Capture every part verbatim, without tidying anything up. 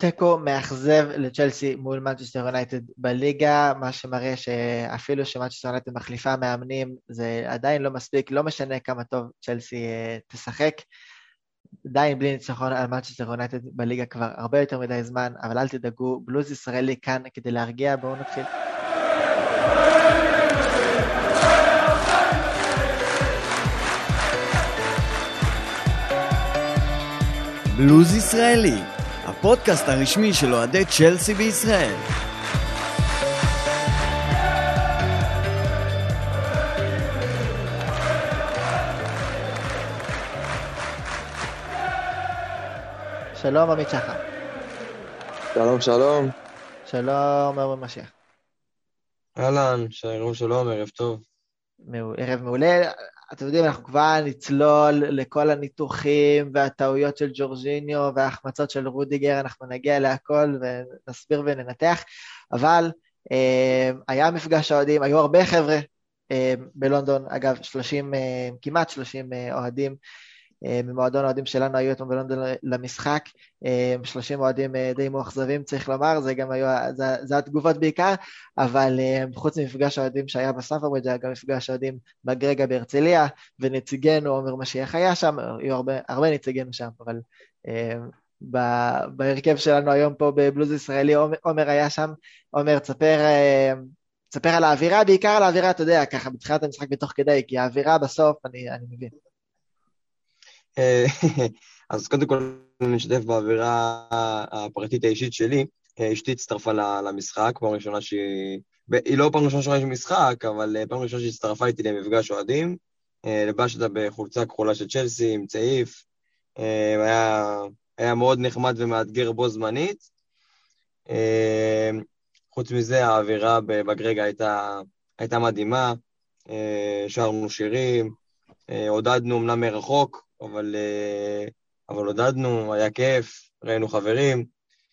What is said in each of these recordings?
תיקו מאכזב לצ'לסי מול מנצ'סטר יונייטד בליגה, מה שמראה שאפילו שמנצ'סטר יונייטד מחליפה מאמנים, זה עדיין לא מספיק, לא משנה כמה טוב צ'לסי תשחק, עדיין בלי ניצחון על מנצ'סטר יונייטד בליגה כבר הרבה יותר מדי זמן, אבל אל תדאגו, בלוז ישראלי כאן כדי להרגיע, בואו נתחיל. בלוז ישראלי, הפודקאסט הרשמי של אוהדי צ'לסי בישראל. שלום עמית שחר. שלום שלום. שלום אורן משיח. אהלן, שלום שלום, ערב טוב. ערב מעולה. אתם יודעים, אנחנו כבר נצלול לכל הניתוחים והטעויות של ג'ורג'יניו וההחמצות של רודיגר, אנחנו נגיע להכל ונסביר וננתח, אבל אה, היה מפגש אוהדים, היו הרבה חבר'ה אה, בלונדון, אגב, שלושים, אה, כמעט שלושים אה, אוהדים, ממועדון אוהדים שלנו היו אתמול בלונדון למשחק, שלושים אוהדים די מאוכזבים צריך לומר, זה גם היו, זה, זה התגובות בעיקר, אבל חוץ ממפגש האוהדים שהיה בסטמפורד, היה גם מפגש האוהדים בגרגה בהרצליה, ונציגנו עומר משיח היה שם, היו הרבה, הרבה נציגנו שם, אבל ב, בהרכב שלנו היום פה בבלוז ישראלי, עומר היה שם. עומר, תספר, תספר על האווירה, בעיקר על האווירה, אתה יודע, ככה בתחילת המשחק בתוך כדי, כי האווירה בסוף, אני, אני מבין. אז קודם כל אני משתף באווירה הפרטית האישית שלי. אשתי הצטרפה למשחק, פעם ראשונה שהיא, היא לא פעם ראשונה שהיא משחק, אבל פעם ראשונה שהיא הצטרפה איתי למפגש אוהדים, לבש אותה בחולצה כחולה של צ'לסי עם צעיף, היה, היה מאוד נחמד ומאתגר בו זמנית. חוץ מזה האווירה בגרגה הייתה, הייתה מדהימה, שרנו שירים, עודדנו אמנם מרחוק, אבל, אבל עודדנו, היה כיף, ראינו חברים.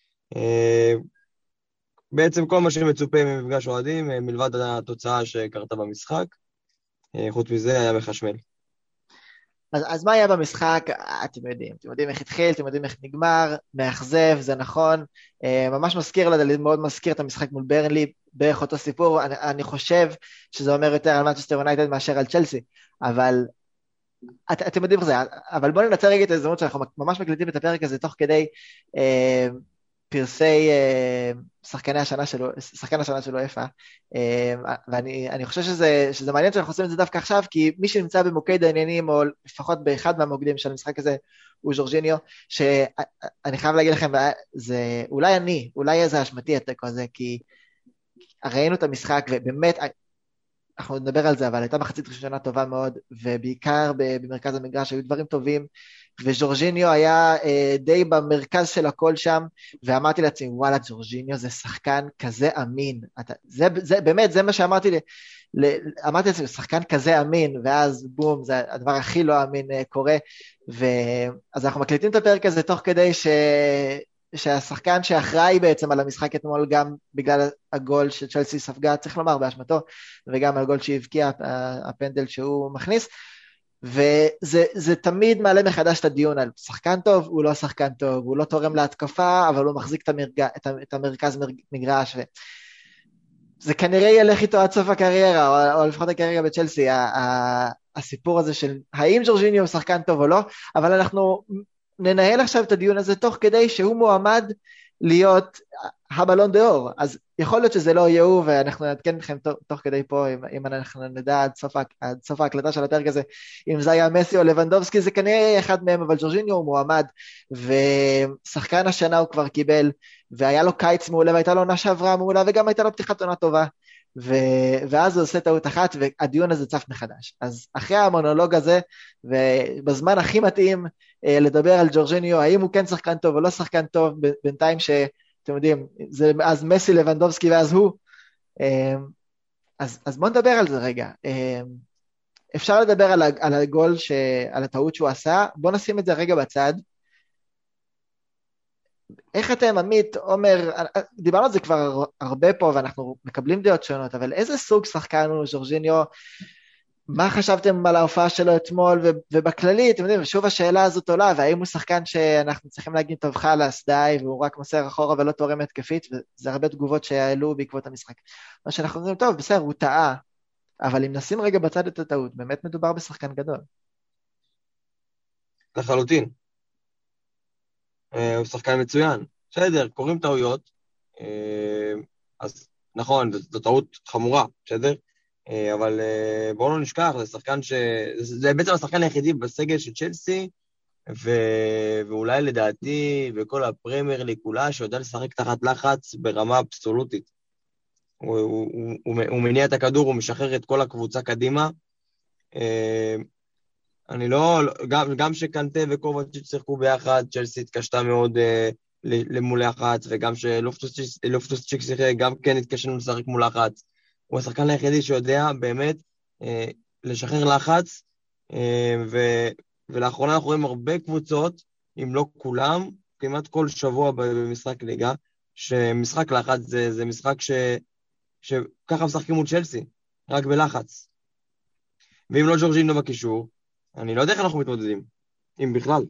בעצם כל מה שמצופה ממפגש אוהדים, מלבד התוצאה שקרתה במשחק, חוץ מזה היה מחשמל. אז, אז מה היה במשחק? אתם יודעים, אתם יודעים איך התחיל, אתם יודעים איך נגמר, מאכזב, זה נכון, ממש מזכיר, מאוד מזכיר את המשחק מול ברנלי, בערך אותו סיפור. אני, אני חושב שזה אומר יותר על מנצ'סטר יונייטד מאשר על צ'לסי, אבל את, אתם יודעים זה, אבל בואו ננצל רגע את ההזדמנות שאנחנו ממש מקליטים את הפרק הזה תוך כדי אה, פרסי אה, שחקני השנה שלו, שחקן השנה שלו איפה, אה, ואני אני חושב שזה, שזה מעניין שאנחנו עושים את זה דווקא עכשיו, כי מי שנמצא במוקד העניינים, או לפחות באחד מהמוקדים של המשחק הזה, הוא ז'ורג'יניו, שאני חייב להגיד לכם, זה אולי אני, אולי איזה אשמתי התיקו הזה, כי ראינו את המשחק, ובאמת, אנחנו נדבר על זה, אבל הייתה מחצית ראשונה טובה מאוד, ובעיקר במרכז המגרש היו דברים טובים, וז'ורג'יניו היה אה, די במרכז של הכל שם, ואמרתי לעצמי, וואלה, ג'ורג'יניו זה שחקן כזה אמין, אתה, זה, זה, באמת, זה מה שאמרתי לי, ל, אמרתי לעצמי, שחקן כזה אמין, ואז בום, זה הדבר הכי לא אמין אה, קורה, ואז אנחנו מקליטים את הפרק הזה תוך כדי ש... שהשחקן שאחראי בעצם על המשחק אתמול, גם בגלל הגול שצ'לסי ספגה, צריך לומר באשמתו, וגם הגול שהבקיע, הפנדל שהוא מכניס, וזה זה תמיד מעלה מחדש את הדיון על שחקן טוב, הוא לא שחקן טוב, הוא לא תורם להתקפה, אבל הוא מחזיק את, המרג... את המרכז מגרש, וזה כנראה ילך איתו עד סוף הקריירה, או, או לפחות הקריירה בצ'לסי, הסיפור הזה של האם ג'ורג'יניו הוא שחקן טוב או לא, אבל אנחנו ננהל עכשיו את הדיון הזה תוך כדי שהוא מועמד להיות הבלון דאור, אז יכול להיות שזה לא יהיה הוא, ואנחנו נעדכן לכם תוך, תוך כדי פה, אם, אם אנחנו נדע עד סוף, עד סוף ההקלטה של הפרק הזה, אם זה היה מסי או לבנדובסקי, זה כנראה אחד מהם, אבל ג'ורג'יניו הוא מועמד, ושחקן השנה הוא כבר קיבל, והיה לו קיץ מעולה, והייתה לו עונה שעברה מעולה, וגם הייתה לו פתיחת עונה טובה, ו... ואז הוא עושה טעות אחת, והדיון הזה צף מחדש. אז אחרי המונולוג הזה, ובזמן הכי מתאים אה, לדבר על ג'ורג'יניו, האם הוא כן שחקן טוב או לא שחקן טוב, בינתיים שאתם יודעים, זה אז מסי, לבנדובסקי ואז הוא, אה, אז, אז בואו נדבר על זה רגע. אה, אפשר לדבר על, על הגול, ש... על הטעות שהוא עשה, בואו נשים את זה רגע בצד. איך אתם, עמית, עומר, דיברנו על זה כבר הרבה פה, ואנחנו מקבלים דעות שונות, אבל איזה סוג שחקן הוא ז'ורג'יניו? מה חשבתם על ההופעה שלו אתמול, ובכללי, אתם יודעים, שוב השאלה הזאת עולה, והאם הוא שחקן שאנחנו צריכים להגיד טוב חלאס, די, והוא רק מוסר אחורה ולא תורם התקפית, וזה הרבה תגובות שיעלו בעקבות המשחק. מה שאנחנו אומרים, טוב, בסדר, הוא טעה, אבל אם נשים רגע בצד את הטעות, באמת מדובר בשחקן גדול. לחלוטין. הוא שחקן מצוין. בסדר, קוראים טעויות, אז נכון, זו טעות חמורה, בסדר? אבל בואו לא נשכח, זה שחקן ש... זה בעצם השחקן היחידי בסגל של צ'לסי, ו... ואולי לדעתי, וכל הפרמייר ליג כולה, שיודע לשחק תחת לחץ ברמה אבסולוטית. הוא, הוא, הוא, הוא מניע את הכדור, הוא משחרר את כל הקבוצה קדימה. אני לא... גם, גם שקנטה וקובצ'יץ' שיחקו ביחד, צ'לסי התקשתה מאוד למול לחץ, וגם שלופטוס-צ'יק שיחק, גם כן התקשנו לשחק מול לחץ. הוא השחקן היחידי שיודע באמת אה, לשחרר לחץ, אה, ו, ולאחרונה אנחנו רואים הרבה קבוצות, אם לא כולם, כמעט כל שבוע במשחק ליגה, שמשחק לחץ זה, זה משחק ש, שככה משחקים מול צ'לסי, רק בלחץ. ואם לא ג'ורג'ינו בקישור, אני לא יודע איך אנחנו מתמודדים, אם בכלל.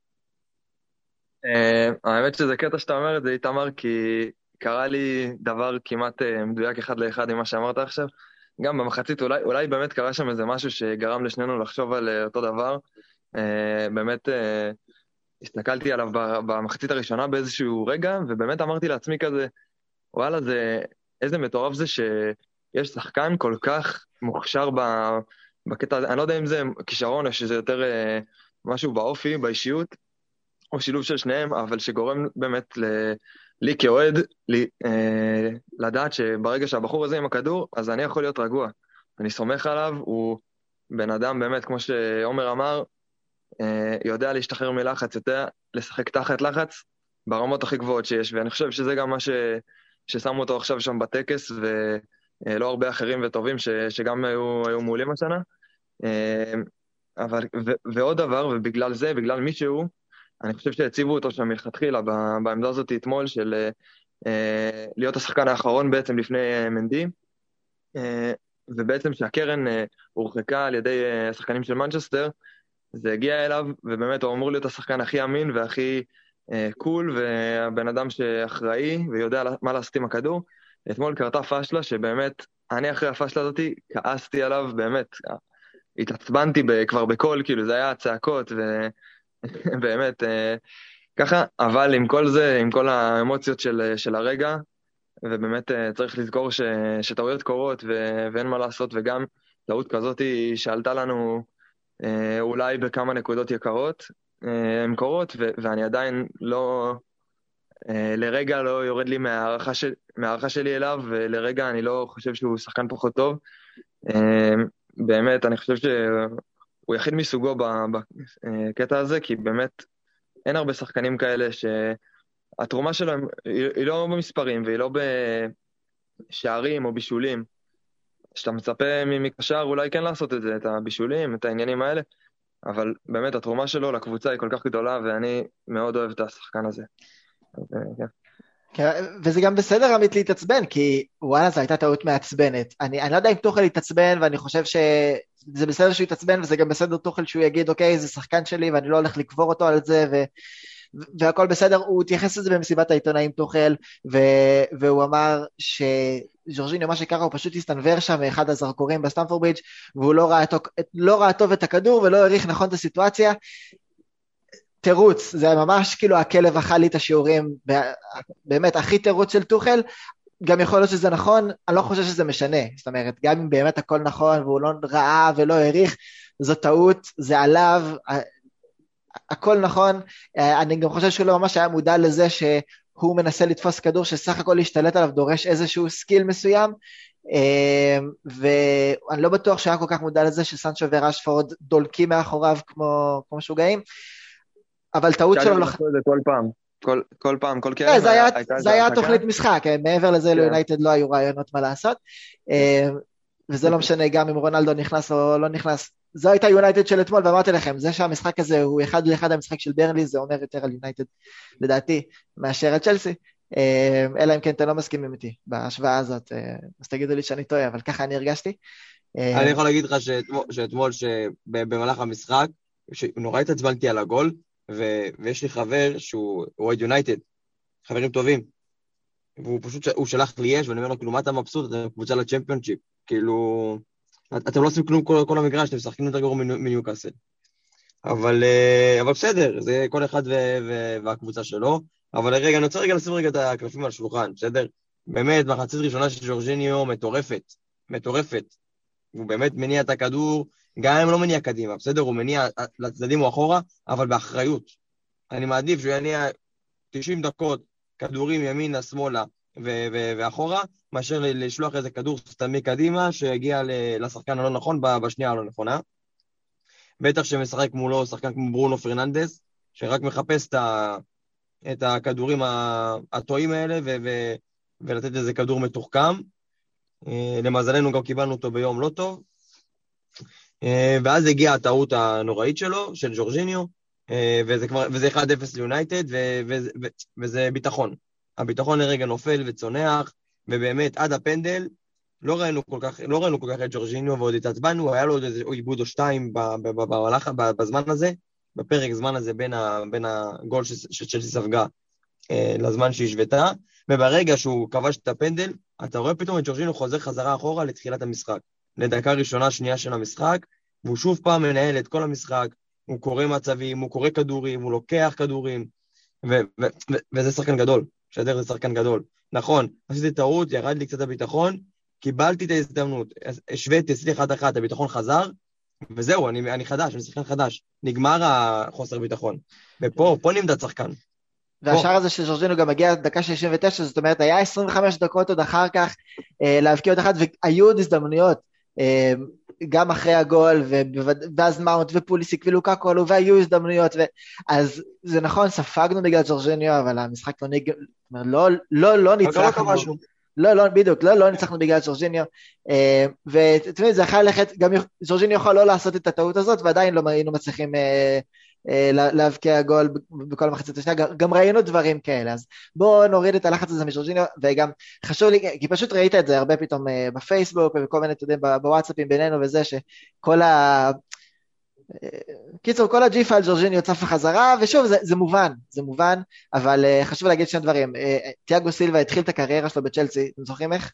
האמת שזה קטע שאתה אומר את זה, איתמר, כי קרה לי דבר כמעט מדויק אחד לאחד עם מה שאמרת עכשיו. גם במחצית, אולי, אולי באמת קרה שם איזה משהו שגרם לשנינו לחשוב על אותו דבר. באמת הסתכלתי עליו במחצית הראשונה באיזשהו רגע, ובאמת אמרתי לעצמי כזה, וואלה, זה, איזה מטורף זה שיש שחקן כל כך מוכשר בקטע הזה. אני לא יודע אם זה כישרון או שזה יותר משהו באופי, באישיות, או שילוב של שניהם, אבל שגורם באמת ל... לי כאוהד, לי, אה, לדעת שברגע שהבחור הזה עם הכדור, אז אני יכול להיות רגוע. אני סומך עליו, הוא בן אדם באמת, כמו שעומר אמר, אה, יודע להשתחרר מלחץ, יודע לשחק תחת לחץ, ברמות הכי גבוהות שיש, ואני חושב שזה גם מה ש, ששמו אותו עכשיו שם בטקס, ולא הרבה אחרים וטובים ש, שגם היו, היו מעולים השנה. אה, אבל, ו, ועוד דבר, ובגלל זה, בגלל מישהו, אני חושב שהציבו אותו שם מלכתחילה בעמדה הזאת אתמול של אה, להיות השחקן האחרון בעצם לפני אה, מנדי, אה, ובעצם שהקרן אה, הורחקה על ידי אה, השחקנים של מנצ'סטר, זה הגיע אליו, ובאמת הוא אמור להיות השחקן הכי אמין והכי אה, קול, והבן אדם שאחראי ויודע מה לעשות עם הכדור. אתמול קרתה פשלה שבאמת, אני אחרי הפשלה הזאת כעסתי עליו, באמת, התעצבנתי כבר בקול, כאילו זה היה צעקות ו... באמת, ככה, אבל עם כל זה, עם כל האמוציות של, של הרגע, ובאמת צריך לזכור ש, שטעויות קורות ו, ואין מה לעשות, וגם טעות כזאת היא שעלתה לנו אולי בכמה נקודות יקרות, הן קורות, ו, ואני עדיין לא, לרגע לא יורד לי מהערכה, של, מהערכה שלי אליו, ולרגע אני לא חושב שהוא שחקן פחות טוב. באמת, אני חושב ש... הוא יחיד מסוגו בקטע הזה, כי באמת אין הרבה שחקנים כאלה שהתרומה שלהם היא לא במספרים, והיא לא בשערים או בישולים. שאתה מצפה מקשר אולי כן לעשות את זה, את הבישולים, את העניינים האלה, אבל באמת התרומה שלו לקבוצה היא כל כך גדולה, ואני מאוד אוהב את השחקן הזה. כן, וזה גם בסדר עמית להתעצבן, כי וואלה, זו הייתה טעות מעצבנת. אני, אני לא יודע אם תוכל להתעצבן, ואני חושב שזה בסדר שהוא יתעצבן, וזה גם בסדר תוכל שהוא יגיד, אוקיי, זה שחקן שלי, ואני לא הולך לקבור אותו על זה, ו, והכל בסדר. הוא תייחס את זה במסיבת העיתונאים תוכל, ו, והוא אמר שז'ורג'יניו, מה שקרה, הוא פשוט הסתנבר שם מאחד הזרקורים בסטמפורד ברידג', והוא לא ראה, לא ראה טוב את הכדור, ולא העריך נכון את הסיטואציה. תירוץ, זה ממש כאילו הכלב אכל לי את השיעורים, באמת הכי תירוץ של תוכל, גם יכול להיות שזה נכון, אני לא חושב שזה משנה, זאת אומרת, גם אם באמת הכל נכון, והוא לא ראה ולא העריך, זו טעות, זה עליו, הכל נכון, אני גם חושב שהוא לא ממש היה מודע לזה, שהוא מנסה לתפוס כדור, שסך הכל להשתלט עליו, דורש איזשהו סקיל מסוים, ואני לא בטוח שהיה כל כך מודע לזה, שסנצ'ו ורשפורד דולקים מאחוריו, כמו, כמו שוגעים, אבל טעות שלו לא... כל פעם, כל, כל פעם, כל קרן... זה היה, זה היה תוכנית משחק, מעבר לזה ליונייטד לא היו רעיונות מה לעשות, וזה לא משנה גם אם רונלדו נכנס או לא נכנס, זו הייתה יונייטד של אתמול, ואמרתי לכם, זה שהמשחק הזה הוא אחד לאחד המשחק של ברנלי, זה אומר יותר על יונייטד, לדעתי, מאשר על צ'לסי, אלא אם כן אתם לא מסכימים איתי, בהשוואה הזאת, אז תגידו לי שאני טועה, אבל ככה אני הרגשתי, אני יכול להגיד לך שאתמול, שבמהלך המשחק, נורא התעצבנתי על הגול, ויש לי חבר שהוא אוהד יונייטד, חברים טובים, והוא פשוט, הוא שלח לי יש, ואני אומר לו, כאילו, מה אתה מבסוט? אתם קבוצה לצ'מפיונשיפ, כאילו, אתם לא עושים כלום כל, כל המגרש, אתם משחקים יותר גרוע מניוקאסל. אבל, אבל בסדר, זה כל אחד ו- ו- והקבוצה שלו, אבל רגע, אני רוצה רגע לשים רגע את הקלפים על השולחן, בסדר? באמת, מחצית ראשונה של ג'ורג'יניו מטורפת, מטורפת. הוא באמת מניע את הכדור, גם אם לא מניע קדימה, בסדר? הוא מניע לצדדים או אחורה, אבל באחריות. אני מעדיף שהוא יניע תשעים דקות כדורים ימינה, שמאלה ו- ו- ואחורה, מאשר לשלוח איזה כדור סתמי קדימה, שיגיע לשחקן הלא נכון בשנייה הלא נכונה. בטח שמשחק מולו שחקן כמו ברונו פרננדס, שרק מחפש את, ה- את הכדורים הטועים האלה, ו- ו- ולתת איזה כדור מתוחכם. למזלנו גם קיבלנו אותו ביום לא טוב. ואז הגיעה הטעות הנוראית שלו, של ג'ורג'יניו, וזה, כבר, וזה אחד אפס ליונייטד, ו- ו- ו- וזה ביטחון. הביטחון לרגע נופל וצונח, ובאמת עד הפנדל, לא ראינו כל כך, לא ראינו כל כך את ג'ורג'יניו, ועוד התעצבנו, היה לו עוד איזה עיבוד או שתיים במהלך, בזמן הזה, בפרק זמן הזה בין, ה, בין הגול שצ'לסי ספגה לזמן שהשוותה, וברגע שהוא כבש את הפנדל, אתה רואה פתאום את ג'ורג'יניו חוזר חזרה אחורה לתחילת המשחק, לדקה ראשונה, שנייה של המשחק, והוא שוב פעם מנהל את כל המשחק, הוא קורא מצבים, הוא קורא כדורים, הוא לוקח כדורים, ו- ו- ו- וזה שחקן גדול, שדר זה שחקן גדול. נכון, עשיתי טעות, ירד לי קצת הביטחון, קיבלתי את ההזדמנות, השוויתי, עשיתי אחד אחת, הביטחון חזר, וזהו, אני, אני חדש, אני שחקן חדש, נגמר החוסר ביטחון, ופה, פה נמדד שחקן. והשאר הזה של ג'ורג'יניו גם הגיע דקה שישים ותשע, זאת אומרת, היה עשרים וחמש דקות עוד אחר כך אה, להבקיע עוד אחת, והיו עוד הזדמנויות, אה, גם אחרי הגול, ואז מאונט ופוליסיק ולוקאקו עלו, והיו הזדמנויות, ו... אז זה נכון, ספגנו בגלל ג'ורג'יניו, אבל המשחק לא נגע, לא, לא, לא ניצחנו, לא, לא, בדיוק, לא, לא ניצחנו בגלל ג'ורג'יניו, ואתם יודעים, זה יכול ללכת, גם ג'ורג'יניו יכול לא לעשות את הטעות הזאת, ועדיין לא היינו מצליחים להבקיע גול בכל המחצית השנייה, גם ראינו דברים כאלה, אז בואו נוריד את הלחץ הזה מג'ורג'יניו, וגם חשוב לי, כי פשוט ראית את זה הרבה פתאום בפייסבוק, וכל מיני, אתה יודע, בוואטסאפים בינינו וזה, שכל ה... קיצור, כל הג'יפה על ג'ורג'יניו צפה חזרה, ושוב, זה, זה מובן, זה מובן, אבל uh, חשוב להגיד שני דברים, uh, תיאגו סילבה התחיל את הקריירה שלו בצ'לסי, אתם זוכרים איך?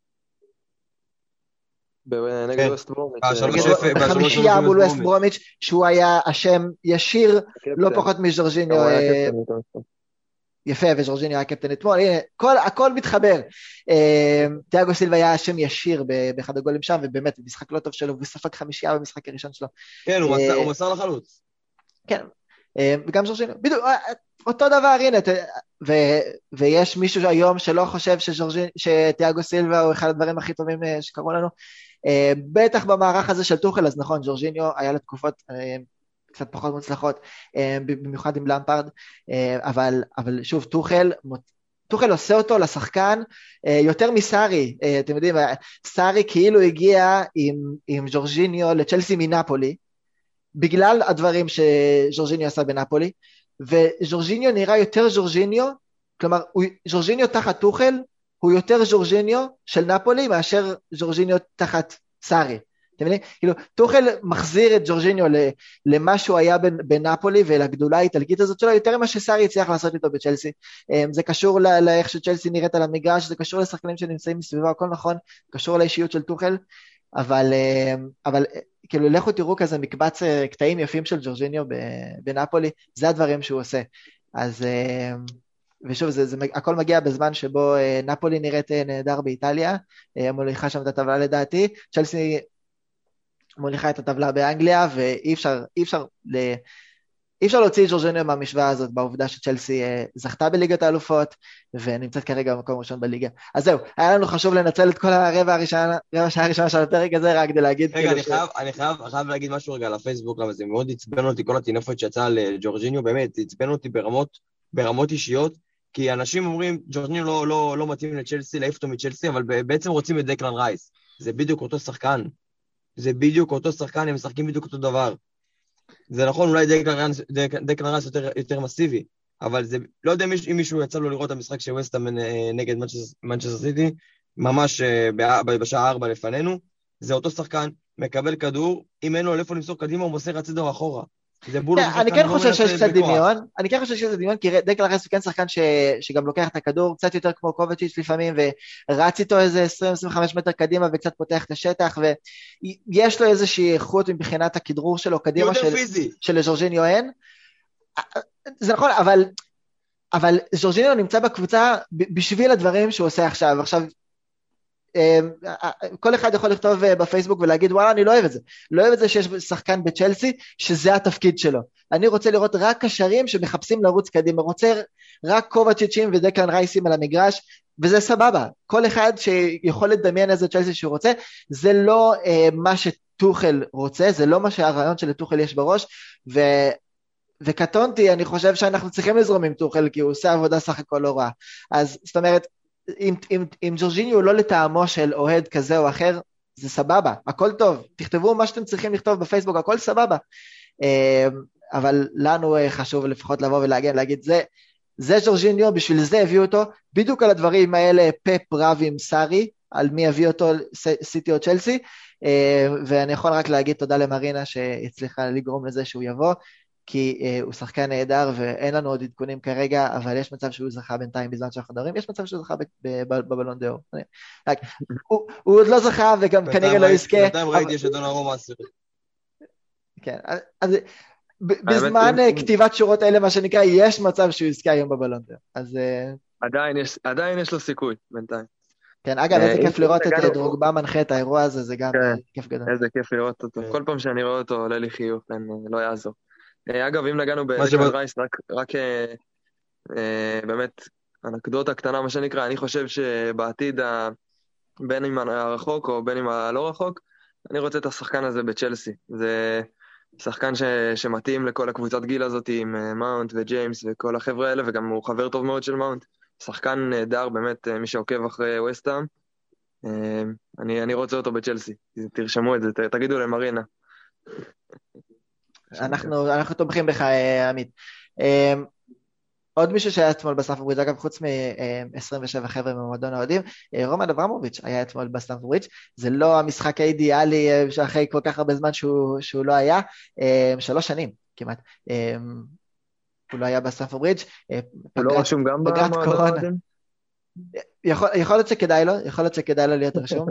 נגד ווסט ברומיץ'. בחמישייה מול ווסט ברומיץ', שהוא היה השם ישיר, לא פחות מג'ורג'יניו, יפה, וג'ורג'יניו היה קפטן אתמול, הנה, כל, הכל מתחבר. תיאגו סילבה היה השם ישיר באחד הגולים שם, ובאמת, במשחק לא טוב שלו, וספק חמישייה במשחק הראשון שלו. כן, הוא מסר לחלוץ. כן, וגם ג'ורג'יניו, בדיוק, אותו דבר, הנה, ויש מישהו היום שלא חושב שתיאגו סילבה הוא אחד הדברים הכי טובים שקראו לנו, בטח במערך הזה של טוחל, אז נכון, ג'ורג'יניו היה לתקופות קצת פחות מוצלחות, במיוחד עם למפרד, אבל, אבל שוב, טוחל, טוחל עושה אותו לשחקן יותר מסארי, אתם יודעים, סארי כאילו הגיע עם, עם ג'ורג'יניו לצ'לסי מנאפולי, בגלל הדברים שג'ורג'יניו עשה בנאפולי, וג'ורג'יניו נראה יותר ג'ורג'יניו, כלומר, ג'ורג'יניו תחת טוחל, הוא יותר ג'ורג'יניו של נאפולי, מאשר ג'ורג'יניו תחת סארי. אתם מבינים? כאילו, טוחל מחזיר את ג'ורג'יניו למה שהוא היה בנאפולי, ולגדולה האיטלקית הזאת שלו, יותר ממה שסארי הצליח לעשות איתו בצ'לסי. זה קשור לאיך שצ'לסי נראית על המגרש, זה קשור לשחקנים שנמצאים מסביבה, הכל נכון, קשור לאישיות של טוחל, אבל, אבל כאילו, לכו תראו כזה מקבץ קטעים יפים של ג'ורג'יניו בנאפולי, זה הדברים שהוא עושה. אז, ושוב, זה, זה, הכל מגיע בזמן שבו נאפולי נראית נהדר באיטליה, מוליכה שם את הטבלה לדעתי, צ'לסי מוליכה את הטבלה באנגליה, ואי אפשר, אי אפשר, אי אפשר להוציא את ג'ורג'יניו מהמשוואה הזאת, בעובדה שצ'לסי זכתה בליגת האלופות, ונמצאת כרגע במקום ראשון בליגה. אז זהו, היה לנו חשוב לנצל את כל הרבע הראשונה, רבע שעה הראשונה של הפרק הזה, רק כדי להגיד... רגע, אני חייב, אני חייב, חייב להגיד משהו רגע על הפייסבוק, למה זה מאוד עצבן אותי, כל הטינופת שיצאה לג'ורג'יניו, באמת, עצבן אותי ברמות, ברמות אישיות, כי אנשים אומרים, ג'ורג'יניו לא, לא, לא מתאים לצ'לסי, להעיף אותו מצ'לסי, אבל בעצם רוצים את דקלן רייס. זה בדיוק אותו שחקן. זה בדיוק אותו שחקן, הם משחקים בדיוק אותו דבר. זה נכון, אולי דקלן רייס יותר, יותר מסיבי, אבל זה, לא יודע אם מישהו יצא לו לראות את המשחק של ווסטהאם נגד מנצ'סטר סיטי, ממש בשעה ארבע לפנינו, זה אותו שחקן, מקבל כדור, אם אין לו איפה למסור קדימה, הוא מוסר הצידה או אחורה. זה בולו ששחקן אני כן לא חושב שיש מנסה קצת בכוח. דמיון, אני כן חושב שיש קצת דמיון, כי דקלן רייס הוא כן שחקן ש- שגם לוקח את הכדור, קצת יותר כמו קובצ'יץ' לפעמים, ורץ איתו איזה עשרים עד עשרים וחמש מטר קדימה, וקצת פותח את השטח, ויש לו איזושהי איכות מבחינת הכדרור שלו קדימה, יותר של- פיזי. שלז'ורג'יניו אין. זה נכון, אבל, אבל ז'ורג'יניו נמצא בקבוצה ב- בשביל הדברים שהוא עושה עכשיו. עכשיו, כל אחד יכול לכתוב בפייסבוק ולהגיד וואלה אני לא אוהב את זה, לא אוהב את זה שיש שחקן בצ'לסי שזה התפקיד שלו, אני רוצה לראות רק קשרים שמחפשים לרוץ קדימה, רוצה רק קובצ'יצ'ים ודקלן רייסים על המגרש, וזה סבבה, כל אחד שיכול לדמיין איזה צ'לסי שהוא רוצה, זה לא מה שטוחל רוצה, זה לא מה שהרעיון של טוחל יש בראש, ו... וקטונתי, אני חושב שאנחנו צריכים לזרום עם טוחל, כי הוא עושה עבודה סך הכל לא רע, אז זאת אומרת, אם, אם, אם ג'ורג'יניו לא לטעמו של אוהד כזה או אחר, זה סבבה, הכל טוב, תכתבו מה שאתם צריכים לכתוב בפייסבוק, הכל סבבה, אבל לנו חשוב לפחות לבוא ולהגן, להגיד, זה, זה ג'ורג'יניו, בשביל זה הביאו אותו, בדיוק על הדברים האלה, פפ רב עם סארי, על מי הביא אותו, סיטי או צ'לסי, ואני יכול רק להגיד תודה למרינה, שהצליחה לגרום לזה שהוא יבוא, כי uh, הוא שחקן נהדר, ואין לנו עוד עדכונים כרגע, אבל יש מצב שהוא זכה בינתיים בזמן שאנחנו מדברים, יש מצב שהוא זכה בבלון דאור. הוא, הוא עוד לא זכה, וגם כנראה לא יזכה. בינתיים ראיתי שדון ארומה עשירי. כן, אז בזמן כתיבת שורות אלה, מה שנקרא, יש מצב שהוא יזכה היום בבלון דאור. אז... עדיין יש, עדיין יש לו סיכוי, בינתיים. כן, אגב, איזה כיף לראות את דרוגבה מנחה את האירוע הזה, זה גם כיף גדול. איזה כיף לראות אותו. כל פעם שאני רואה אותו, עולה לי חיוך, לא יעזור. אגב, אם נגענו בדקלן רייס, רק, רק אה, באמת, אנקדוטה קטנה, מה שנקרא, אני חושב שבעתיד, ה, בין אם הרחוק או בין אם הלא רחוק, אני רוצה את השחקן הזה בצ'לסי. זה שחקן ש, שמתאים לכל הקבוצת גיל הזאת, עם מאונט וג'יימס וכל החבר'ה האלה, וגם הוא חבר טוב מאוד של מאונט. שחקן נהדר, באמת, מי שעוקב אחרי ווסטהאם. אה, אני, אני רוצה אותו בצ'לסי. תרשמו את זה, ת, תגידו למרינה. אנחנו, אנחנו תומכים בך, עמית. עוד מישהו שהיה אתמול בסטמפורד ברידג', אגב, חוץ מ-עשרים ושבע חבר'ה ממועדון האוהדים, רומן אברמוביץ' היה אתמול בסטמפורד ברידג', זה לא המשחק האידיאלי שאחרי כל כך הרבה זמן שהוא, שהוא לא היה, שלוש שנים כמעט, הוא לא היה בסטמפורד ברידג'. הוא לא רשום גם במועדון האוהדים? יכול, יכול להיות שכדאי לו, יכול להיות שכדאי לו להיות רשום.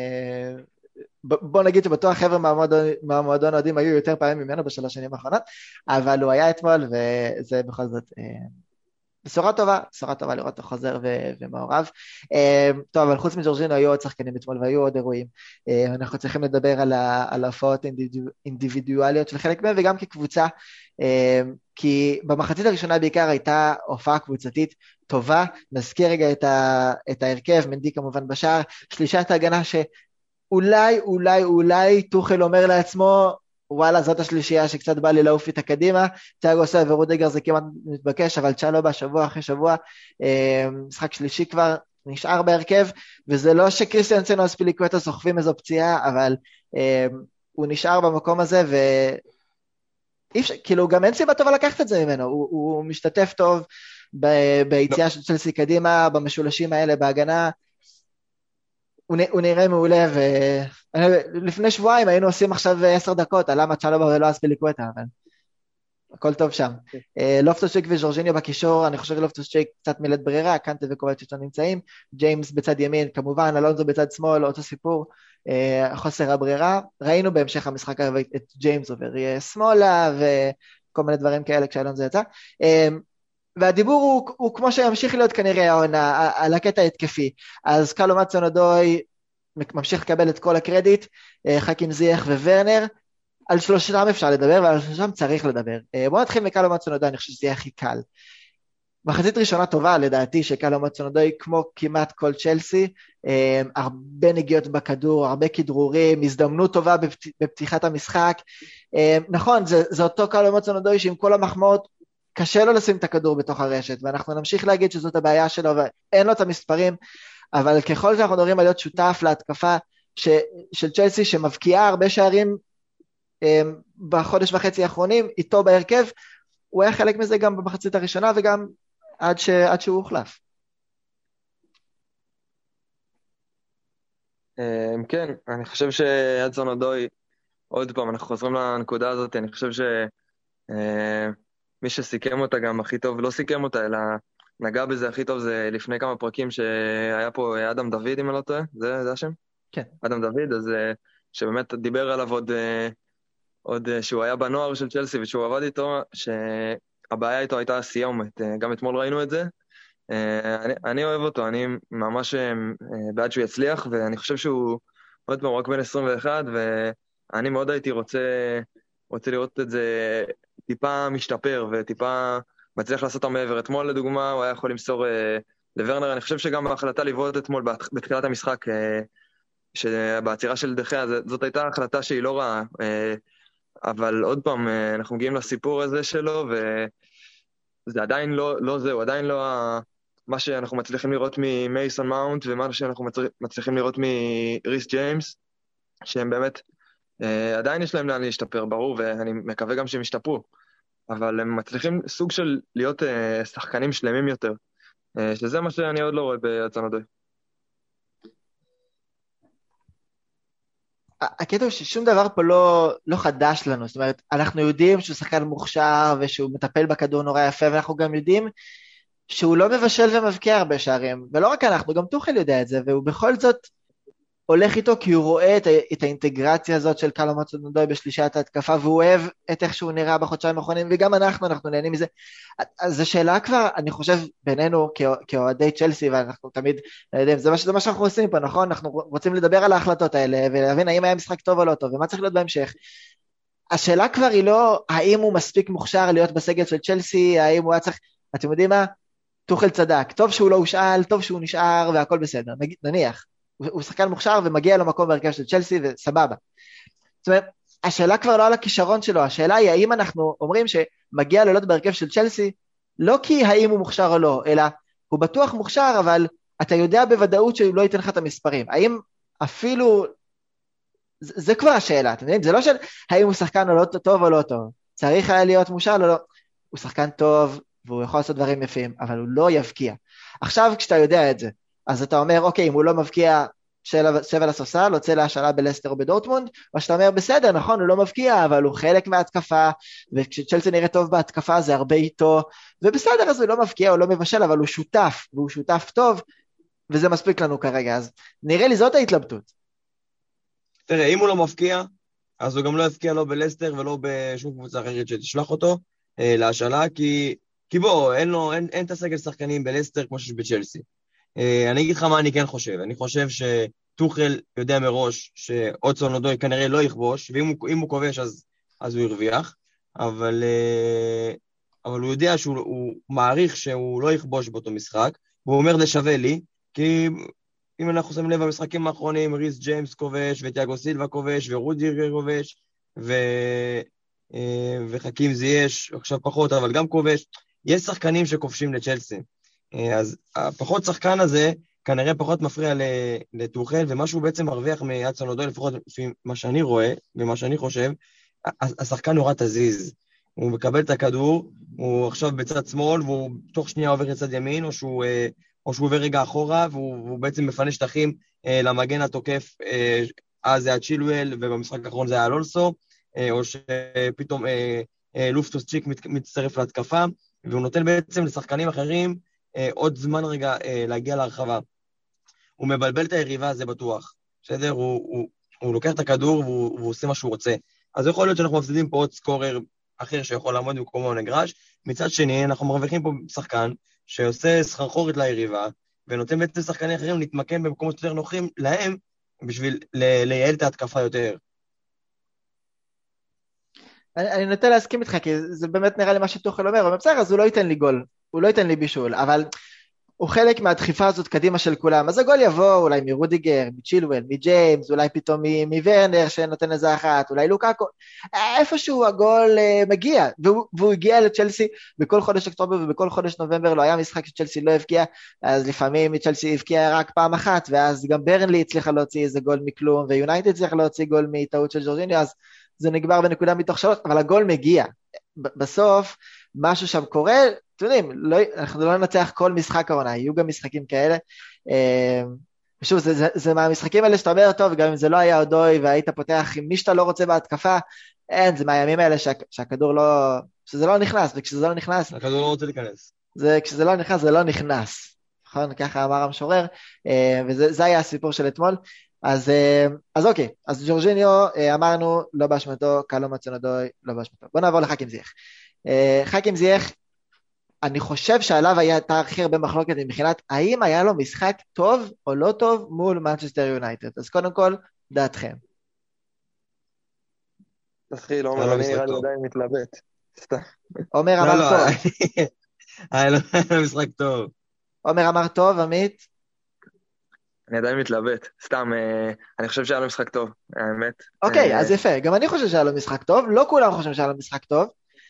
בוא נגיד שבטוח חבר'ה מהמועדון האוהדים היו יותר פעמים ממנו בשלוש שנים האחרונות, אבל הוא היה אתמול, וזה בכל זאת בשורה טובה, בשורה טובה לראות אותו חוזר ומעורב. טוב, אבל חוץ מג'ורג'יניו היו עוד שחקנים אתמול, והיו עוד אירועים. אנחנו צריכים לדבר על ההופעות אינדיבידואליות של חלק מהם, וגם כקבוצה, כי במחצית הראשונה בעיקר הייתה הופעה קבוצתית טובה. נזכיר רגע את ההרכב, מנדי כמובן בשער, שלישת ההגנה ש... אולי, אולי, אולי, טוחל אומר לעצמו, וואלה, זאת השלישייה שקצת בא לי לעוף איתה קדימה, תיאגו סילבה ורודיגר זה כמעט מתבקש, אבל צ'אלובה שבוע אחרי שבוע, משחק שלישי כבר נשאר בהרכב, וזה לא שקריסטיאנסן או אספיליקווטה סוחבים איזו פציעה, אבל הוא נשאר במקום הזה, וכאילו גם אין סיבה טובה לקחת את זה ממנו, הוא, הוא משתתף טוב ביציאה של צ'לסי קדימה, במשולשים האלה בהגנה, הוא נראה מעולה, ולפני שבועיים היינו עושים עכשיו עשר דקות, על למה צ'אלובה ולא אספיליקווטה, אבל הכל טוב שם. לופטוס-צ'יק וז'ורג'יניו בקישור, אני חושב שלופטוס-צ'יק קצת מילת ברירה, קנטה וקובצ'יץ' נמצאים, ג'יימס בצד ימין, כמובן, אלונזו בצד שמאל, אותו סיפור, חוסר הברירה. ראינו בהמשך המשחק את ג'יימס עובר שמאלה, וכל מיני דברים כאלה כשאלונזו יצא. והדיבור הוא, הוא כמו שימשיך להיות כנראה העונה, על הקטע התקפי. אז קלו מצונודוי ממשיך לקבל את כל הקרדיט, חכים זייח וורנר, על שלושתם אפשר לדבר, ועל שלושתם צריך לדבר. בואו נתחיל מקלו מצונודוי, אני חושב שזה יהיה הכי קל. מחצית ראשונה טובה, לדעתי, שקלו מצונודוי, כמו כמעט כל צ'לסי, הרבה נגיעות בכדור, הרבה כדרורים, הזדמנות טובה בפתיחת המשחק. נכון, זה, זה אותו קלו מצונודוי שעם כל המחמאות, קשה לו לשים את הכדור בתוך הרשת, ואנחנו נמשיך להגיד שזאת הבעיה שלו, ואין לו את המספרים, אבל ככל שאנחנו מדברים על להיות שותף להתקפה ש, של צ'לסי, שמבקיעה הרבה שערים um, בחודש וחצי האחרונים, איתו בהרכב, הוא היה חלק מזה גם במחצית הראשונה, וגם עד, ש, עד שהוא הוחלף. כן, אני חושב שהדסון אודוי, עוד פעם, אנחנו חוזרים לנקודה הזאת, אני חושב שמי שסיכם אותה גם הכי טוב, לא סיכם אותה, אלא נגע בזה הכי טוב, זה לפני כמה פרקים שהיה פה אדם דוד, אם אני לא טועה, זה, זה השם? כן. אדם דוד, אז שבאמת דיבר עליו עוד, עוד שהוא היה בנוער של צ'לסי, ושהוא עבד איתו, שהבעיה איתו הייתה הסיומת, גם אתמול ראינו את זה, אני, אני אוהב אותו, אני ממש בעד שהוא יצליח, ואני חושב שהוא עוד פעם רק בן עשרים ואחת, ואני מאוד הייתי רוצה, רוצה לראות את זה טיפה משתפר, וטיפה מצליח לעשות המעבר. אתמול לדוגמה, הוא היה יכול למסור לוורנר, אני חושב שגם בהחלטה לבעוט אתמול בתחילת המשחק, שבעצירה של דחיה, זאת הייתה החלטה שהיא לא רעה, אבל עוד פעם, אנחנו מגיעים לסיפור הזה שלו, וזה עדיין לא, לא זהו, עדיין לא ה... מה שאנחנו מצליחים לראות ממייסון מאונט, ומה שאנחנו מצליחים לראות מריס ג'יימס, שהם באמת, אה, עדיין יש להם לאן להשתפר, ברור, ואני מקווה גם שהם ישתפרו, אבל הם מצליחים סוג של להיות אה, שחקנים שלמים יותר, אה, שזה מה שאני עוד לא רואה בהדסון אודוי. הקטע הוא ששום דבר פה לא, לא חדש לנו, זאת אומרת, אנחנו יודעים שהוא שחקן מוכשר, ושהוא מטפל בכדור נורא יפה, ואנחנו גם יודעים, שהוא לא מבשל ומבקיע הרבה שערים, ולא רק אנחנו, גם טוחל יודע את זה, והוא בכל זאת הולך איתו, כי הוא רואה את, את האינטגרציה הזאת של קלום הדסון אודוי בשלישת ההתקפה, והוא אוהב את איך שהוא נראה בחודשיים האחרונים, וגם אנחנו, אנחנו נהנים מזה. אז זו שאלה כבר, אני חושב, בינינו, כאוהדי צ'לסי, ואנחנו תמיד, זה מה, זה מה שאנחנו עושים פה, נכון? אנחנו רוצים לדבר על ההחלטות האלה, ולהבין האם היה משחק טוב או לא טוב, ומה צריך להיות בהמשך. השאלה כבר היא לא, האם הוא מספיק מוכשר להיות בסגל של צ'לסי, האם הוא היה צריך, אתם יודעים מה? טוחל צדק, טוב שהוא לא הושאל, טוב שהוא נשאר והכל בסדר, נניח, הוא, הוא שחקן מוכשר ומגיע למקום בהרכב של צ'לסי וסבבה. זאת אומרת, השאלה כבר לא על הכישרון שלו, השאלה היא האם אנחנו אומרים שמגיע לעלות בהרכב של צ'לסי, לא כי האם הוא מוכשר או לא, אלא הוא בטוח מוכשר, אבל אתה יודע בוודאות שהוא לא ייתן לך את המספרים, האם אפילו, זה, זה כבר השאלה, אתם יודעים, זה לא של האם הוא שחקן או לא טוב או לא טוב, צריך היה להיות מושל או לא, הוא שחקן טוב, והוא יכול לעשות דברים יפים, אבל הוא לא יבקיע. עכשיו כשאתה יודע את זה, אז אתה אומר, אוקיי, אם הוא לא מבקיע, שב על הספסל, יוצא להשאלה בלסטר או בדורטמונד, או שאתה אומר, בסדר, נכון, הוא לא מבקיע, אבל הוא חלק מההתקפה, וכשצ'לסי נראה טוב בהתקפה, זה הרבה איתו, ובסדר, אז הוא לא מבקיע, הוא לא מבשל, אבל הוא שותף, והוא שותף טוב, וזה מספיק לנו כרגע, אז נראה לי זאת ההתלבטות. תראה, אם הוא לא מבקיע, אז הוא גם לא יבקיע לא בלסטר, ולא בשום קבוצה אחרת שתשלח אותו, אה, להשאלה, כי כי בוא, אין, לו, אין, אין את הסגל שחקנים בלסטר כמו שיש בצ'לסי. אה, אני אגיד לך מה אני כן חושב. אני חושב שטוחל יודע מראש שהדסון אודוי כנראה לא יכבוש, ואם הוא, הוא כובש אז, אז הוא ירוויח, אבל, אה, אבל הוא יודע שהוא הוא מעריך שהוא לא יכבוש באותו משחק, והוא אומר זה שווה לי, כי אם אנחנו שמים לב במשחקים האחרונים, ריס ג'יימס כובש, וטיאגו סילבה כובש, ורודיגר כובש, ו... וחכים זייש, עכשיו פחות, אבל גם כובש, יש שחקנים שכובשים לצ'לסי, אז הפחות שחקן הזה, כנראה פחות מפריע לטוחל, ומה שהוא בעצם מרוויח מהדסון אודוי, לפחות לפי מה שאני רואה, ומה שאני חושב, השחקן נורא תזיז, הוא מקבל את הכדור, הוא עכשיו בצד שמאל, והוא תוך שנייה עובר לצד ימין, או שהוא, או שהוא עובר רגע אחורה, והוא, והוא בעצם מפנה שטחים למגן התוקף, אז זה היה צ'ילואל, ובמשחק האחרון זה היה אלונסו, או שפתאום לופטוס צ'יק מצטרף להתקפה, והוא נותן בעצם לשחקנים אחרים עוד זמן רגע להגיע להרחבה. הוא מבלבל את היריבה, זה בטוח. בסדר? הוא, הוא, הוא לוקח את הכדור והוא, והוא עושה מה שהוא רוצה. אז יכול להיות שאנחנו מפסידים פה עוד סקורר אחר שיכול לעמוד במקומו נגרש. מצד שני, אנחנו מרוויחים פה שחקן שעושה סחרחורת ליריבה, ונותן בעצם שחקנים אחרים להתמקם במקומות יותר נוחים להם, בשביל לייעל את ההתקפה יותר. אני, אני נוטה להסכים איתך, כי זה באמת נראה לי מה שטוחל אומר, אבל בסדר, אז הוא לא ייתן לי גול, הוא לא ייתן לי בישול, אבל הוא חלק מהדחיפה הזאת קדימה של כולם, אז הגול יבוא אולי מרודיגר, מצ'ילואל, מג'יימס, אולי פתאום מוורנר שנותן איזה אחת, אולי לוקאקו, איפשהו הגול מגיע, והוא, והוא הגיע לצ'לסי בכל חודש אוקטובר ובכל חודש נובמבר, לא היה משחק שצ'לסי לא הבקיע, אז לפעמים צ'לסי הבקיע רק פעם אחת, ואז גם ברנלי הצליחה להוציא איזה גול מכלום, ויונייטד הצליחה להוציא גול מטעות של ג'ורג'יניו, אז זה נגמר בנקודה מתוך שלוש, אבל הגול מגיע, בסוף משהו שם קורה, אתם יודעים, לא, אנחנו לא ננצח כל משחק העונה, יהיו גם משחקים כאלה, ושוב, זה, זה, זה מהמשחקים האלה שאתה אומר, טוב, גם אם זה לא היה אודוי, והיית פותח עם מי שאתה לא רוצה בהתקפה, אין, זה מהימים האלה שה, שהכדור לא, שזה לא נכנס, וכשזה לא נכנס, הכדור לא רוצה להיכנס. זה, כשזה לא נכנס, זה לא נכנס. נכון? ככה אמר המשורר, וזה היה הסיפור של אתמול. אז, אז אוקיי, אז ג'ורג'יניו, אמרנו, לא באשמתו, קלו מצונדוי, לא באשמתו. בוא נעבור לחכים זייח. חכים זייח, אני חושב שעליו הייתה הכי הרבה מחלוקת מבחינת, האם היה לו משחק טוב או לא טוב מול מנצ'סטר יונייטד. אז קודם כל, דעתכם. תתחיל, עומר, אני נראה לי עדיין מתלבט. עומר אמר טוב. היה לו משחק טוב. עומר אמר טוב, עמית? אני עדיין מתלבט. סתם, אני חושב שהיה לו משחק טוב, האמת. אוקיי, אז יפה. גם אני חושב שהיה לו משחק טוב, לא כולם חושבים שהיה לו משחק טוב.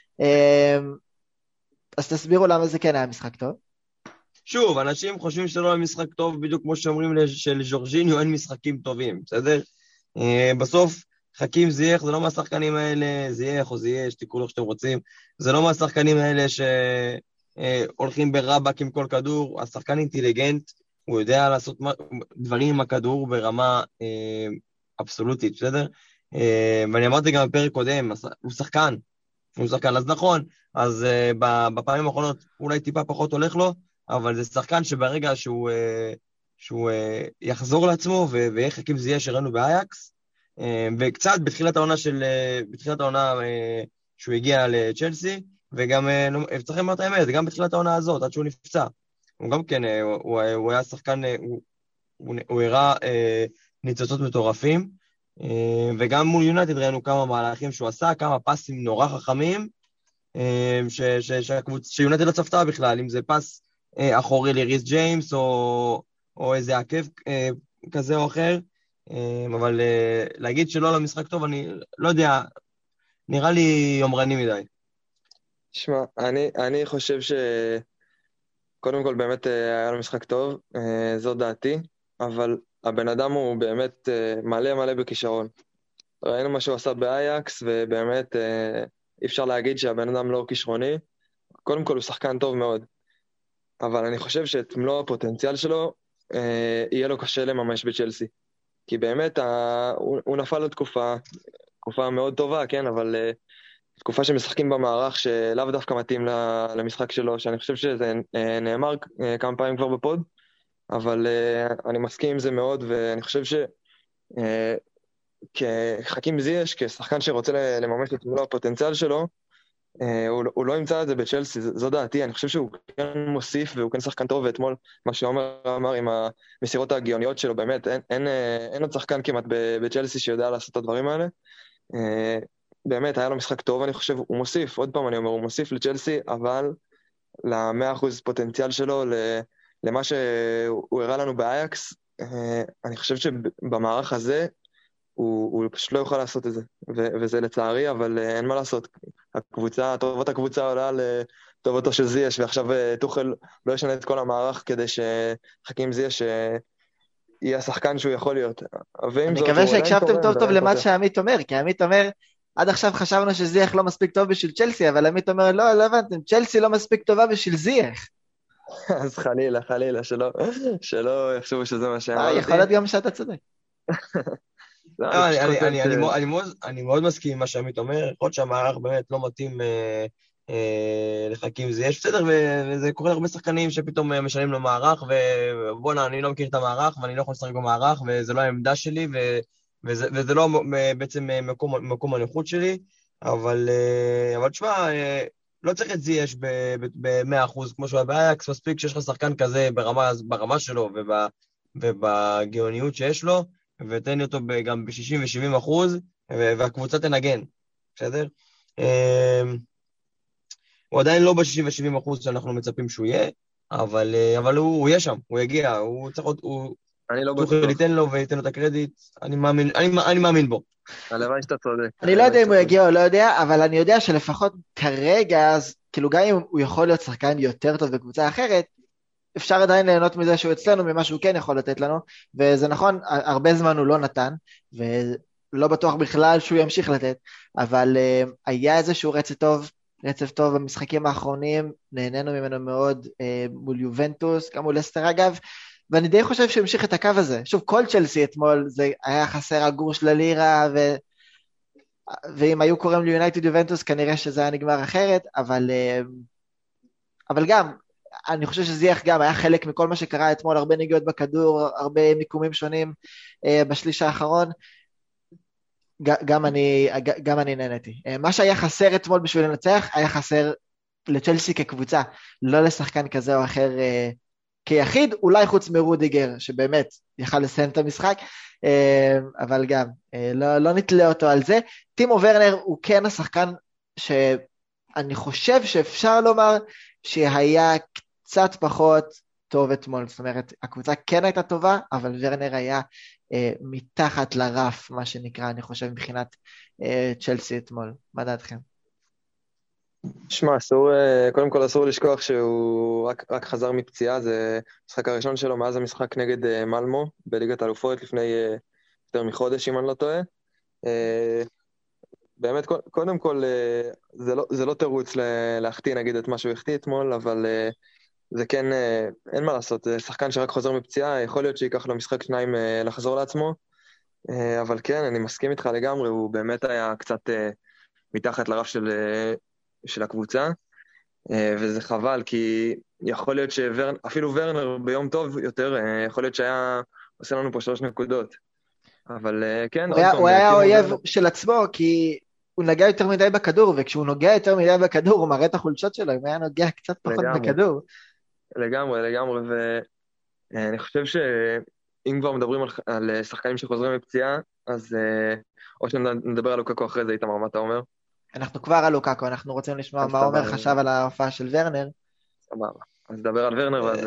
אז תסבירו למה זה כן היה משחק טוב. שוב, אנשים חושבים שלא היה משחק טוב, בדיוק כמו שאומרים שלג'ורג'יניו אין משחקים טובים, בסדר? בסוף, חכים זייח, זה לא מהשחקנים האלה, זייח או זייח, שתקראו לו שאתם רוצים, זה לא מהשחקנים האלה שהולכים ברבק עם כל כדור, השחקן אינטליגנט, הוא יודע לעשות דברים עם הכדור ברמה אבסולוטית, בסדר? ואני אמרתי גם בפרק קודם, הוא שחקן, הוא שחקן, אז נכון, אז בפעמים האחרונות אולי טיפה פחות הולך לו, אבל זה שחקן שברגע שהוא, שהוא יחזור לעצמו, ויהיה חכים זייח שראינו באייקס, וקצת בתחילת העונה של, בתחילת העונה שהוא הגיע לצ'לסי, וגם, צריכים לומר את האמת, גם בתחילת העונה הזאת, עד שהוא נפצע. הוא גם כן, הוא, הוא היה שחקן, הוא, הוא, הוא הראה ניצוצות מטורפים, וגם מול יונייטד ראינו כמה מהלכים שהוא עשה, כמה פסים נורא חכמים, ש, ש, שהקבוצ, שיונייטד לא צפתה בכלל, אם זה פס אחורי לריס ג'יימס, או, או איזה עקב כזה או אחר, אבל להגיד שלא למשחק טוב, אני לא יודע, נראה לי יומרני מדי. שמע, אני, אני חושב ש... קודם כל באמת היה לו משחק טוב, זו דעתי, אבל הבן אדם הוא באמת מלא מלא בכישרון. ראינו מה שהוא עשה באייקס, ובאמת אי אפשר להגיד שהבן אדם לא כישרוני. קודם כל הוא שחקן טוב מאוד, אבל אני חושב שאת מלוא הפוטנציאל שלו יהיה לו קשה לממש בצ'לסי. כי באמת הוא, הוא נפל לתקופה, תקופה מאוד טובה, כן, אבל תקופה שמשחקים במערך שלאו דווקא מתאים למשחק שלו, שאני חושב שזה נאמר כמה פעמים כבר בפוד, אבל אני מסכים עם זה מאוד, ואני חושב שכחכים זייח, כשחקן שרוצה לממש את מלוא הפוטנציאל שלו, הוא, הוא לא ימצא את זה בצ'לסי, זו דעתי, אני חושב שהוא כן מוסיף, והוא כן שחקן טוב, ואתמול מה שעומר אמר עם המסירות הגאוניות שלו, באמת, אין, אין, אין עוד שחקן כמעט בצ'לסי שיודע לעשות את הדברים האלה, באמת, היה לו משחק טוב, אני חושב, הוא מוסיף, עוד פעם אני אומר, הוא מוסיף לצ'לסי, אבל ל-מאה אחוז פוטנציאל שלו, למה שהוא הראה לנו באייקס, אני חושב שבמערך הזה, הוא, הוא פשוט לא יוכל לעשות את זה, ו- וזה לצערי, אבל אין מה לעשות. הקבוצה, טובת הקבוצה עולה לטובתו של זייח, ועכשיו תוכל לא ישנה את כל המערך, כדי שחכים זייח שיהיה השחקן שהוא יכול להיות. אני מקווה שהקשבתם טוב טוב למה שעמית אומר, כי עמית אומר, עד עכשיו חשבנו שזייח לא מספיק טוב בשביל צ'לסי, אבל עמית אומר, לא, לא הבנתם, צ'לסי לא מספיק טובה בשביל זייח. אז חלילה, חלילה, שלא, שלא יחשבו שזה מה שאמרתי. יכול להיות גם שאתה צודק. אני מאוד מסכים עם מה שעמית אומר, יכול להיות שהמערך באמת לא מתאים לחכים זייח, בסדר, וזה קורה להרבה שחקנים שפתאום משנים לו מערך, ובואנה, אני לא מכיר את המערך, ואני לא יכול לשחק במערך, וזה לא העמדה שלי, וזה, וזה לא בעצם מקום, מקום הנוחות שלי, אבל, אבל תשמע, לא צריך את זייח ב-מאה אחוז, כמו שהוא היה באייקס, מספיק שיש לך שחקן כזה ברמה, ברמה שלו, ובגאוניות שיש לו, ותן אותו גם ב-שישים ו-שבעים אחוז, והקבוצה תנגן, בסדר? הוא עדיין לא ב-שישים ו-שבעים אחוז שאנחנו מצפים שהוא יהיה, אבל, אבל הוא, הוא יהיה שם, הוא יגיע, הוא צריך עוד, הוא... אני לא בטוח. ייתן לו וייתן לו את הקרדיט, אני מאמין, אני, אני מאמין בו. הלוואי שאתה צודק. אני לא יודע אם הוא יגיע או לא יודע, אבל אני יודע שלפחות כרגע, אז, כאילו גם אם הוא יכול להיות שחקן יותר טוב בקבוצה אחרת, אפשר עדיין ליהנות מזה שהוא אצלנו, ממה שהוא כן יכול לתת לנו, וזה נכון, הרבה זמן הוא לא נתן, ולא בטוח בכלל שהוא ימשיך לתת, אבל uh, היה איזשהו רצף טוב, רצף טוב במשחקים האחרונים, נהנינו ממנו מאוד uh, מול יובנטוס, גם מול לסטר אגב, ואני די חושב שהמשיך את הקו הזה. שוב, כל צ'לסי אתמול, זה היה חסר הגרוש ללירה, ו... ואם היו קוראים ליונייטד יובנטוס, כנראה שזה היה נגמר אחרת, אבל, אבל גם, אני חושב שזיח גם היה חלק מכל מה שקרה אתמול, הרבה נגיעות בכדור, הרבה מיקומים שונים בשליש האחרון, גם אני, גם אני נהניתי. מה שהיה חסר אתמול בשביל לנצח, היה חסר לצ'לסי כקבוצה, לא לשחקן כזה או אחר כיחיד, אולי חוץ מרודיגר, שבאמת יכל לסיים את המשחק, אבל גם, לא, לא נתלה אותו על זה. טימו ורנר הוא כן השחקן שאני חושב שאפשר לומר שהיה קצת פחות טוב אתמול, זאת אומרת, הקבוצה כן הייתה טובה, אבל ורנר היה אה, מתחת לרף, מה שנקרא, אני חושב, מבחינת אה, צ'לסי אתמול. מה דעתכם? שמע, אסור, קודם כל אסור לשכוח שהוא רק, רק חזר מפציעה, זה המשחק הראשון שלו מאז המשחק נגד מלמו, בליגת האלופות לפני יותר מחודש, אם אני לא טועה. באמת, קודם כל, זה לא, זה לא תירוץ להחטיא, נגיד, את מה שהוא החטיא אתמול, אבל זה כן, אין מה לעשות, זה שחקן שרק חוזר מפציעה, יכול להיות שיקח לו משחק שניים לחזור לעצמו, אבל כן, אני מסכים איתך לגמרי, הוא באמת היה קצת מתחת לרף של... של הקבוצה, וזה חבל, כי יכול להיות שאפילו ורנר ביום טוב יותר, יכול להיות שהיה עושה לנו פה שלוש נקודות. אבל כן, הוא היה אויב של עצמו, כי הוא נגע יותר מדי בכדור, וכשהוא נוגע יותר מדי בכדור, הוא מראה את החולשות שלו, אם היה נוגע קצת פחות בכדור. לגמרי, לגמרי, ואני חושב שאם כבר מדברים על שחקנים שחוזרים מפציעה, אז או שנדבר על לוקאקו אחרי זה, איתמר, מה אתה אומר? אנחנו כבר על לוקאקו, אנחנו רוצים לשמוע מה עומר חשב על ההופעה של ורנר. סבבה, אז נדבר על ורנר ואז...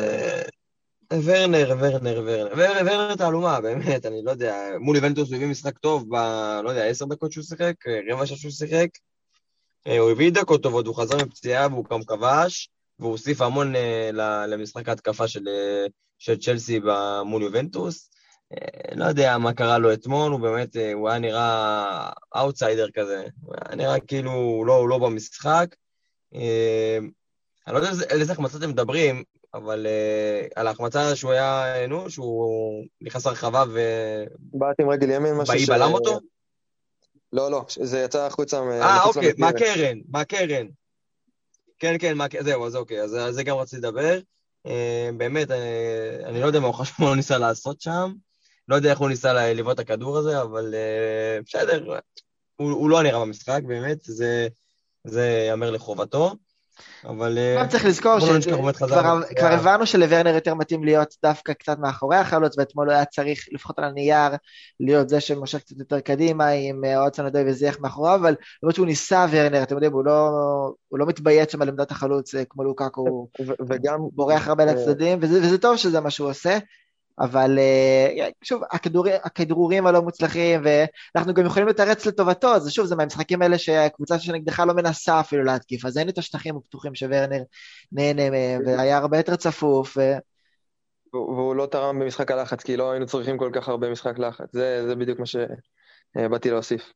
ורנר, ורנר, ורנר. ורנר תעלומה, באמת, אני לא יודע. מול יובנטוס הוא הביא משחק טוב ב... לא יודע, עשר דקות שהוא שיחק, רבע שעה שהוא שיחק. הוא הביא דקות טובות, הוא חזר מפציעה והוא גם כבש, והוא הוסיף המון למשחק ההתקפה של צ'לסי מול יובנטוס. לא יודע מה קרה לו אתמול, הוא באמת, הוא היה נראה אאוטסיידר כזה, הוא היה נראה כאילו הוא לא, הוא לא במשחק. אני לא יודע על איזה החמצה אתם מדברים, אבל על ההחמצה שהוא היה, נו, שהוא נכנס לרחבה ו... בעט עם רגל ימין, משהו ש... בלם אותו? לא, לא, זה יצא החוצה... אה, אוקיי, מה קרן, מה קרן? כן, כן, זהו, אז אוקיי, אז זה גם רציתי לדבר. באמת, אני לא יודע מה הוא חשב מה הוא ניסה לעשות שם, לא יודע איך הוא ניסה לבעוט את הכדור הזה, אבל uh, בסדר, הוא, הוא לא נראה במשחק, באמת, זה, זה יאמר לחובתו, אבל... גם צריך לזכור שכבר הבנו שלוורנר יותר מתאים להיות דווקא קצת מאחורי החלוץ, ואתמול הוא היה צריך, לפחות על הנייר, להיות זה שמושך קצת יותר קדימה, עם אודסון אדוי וזיח מאחוריו, אבל למרות שהוא ניסה וורנר, אתם יודעים, הוא לא, הוא לא מתביית שם על עמדת החלוץ, כמו לוקאקו, הוא וגם... בורח הרבה לצדדים, וזה, וזה טוב שזה מה שהוא עושה, אבל שוב, הכדורים, הכדרורים הלא מוצלחים, ואנחנו גם יכולים לתרץ לטובתו, אז שוב, זה מהמשחקים האלה שהקבוצה שנגדך לא מנסה אפילו להתקיף, אז אין את השטחים הפתוחים שוורנר נהנה מהם, והיה הרבה יותר צפוף. ו... והוא לא תרם במשחק הלחץ, כי לא היינו צריכים כל כך הרבה משחק לחץ, זה, זה בדיוק מה שבאתי להוסיף.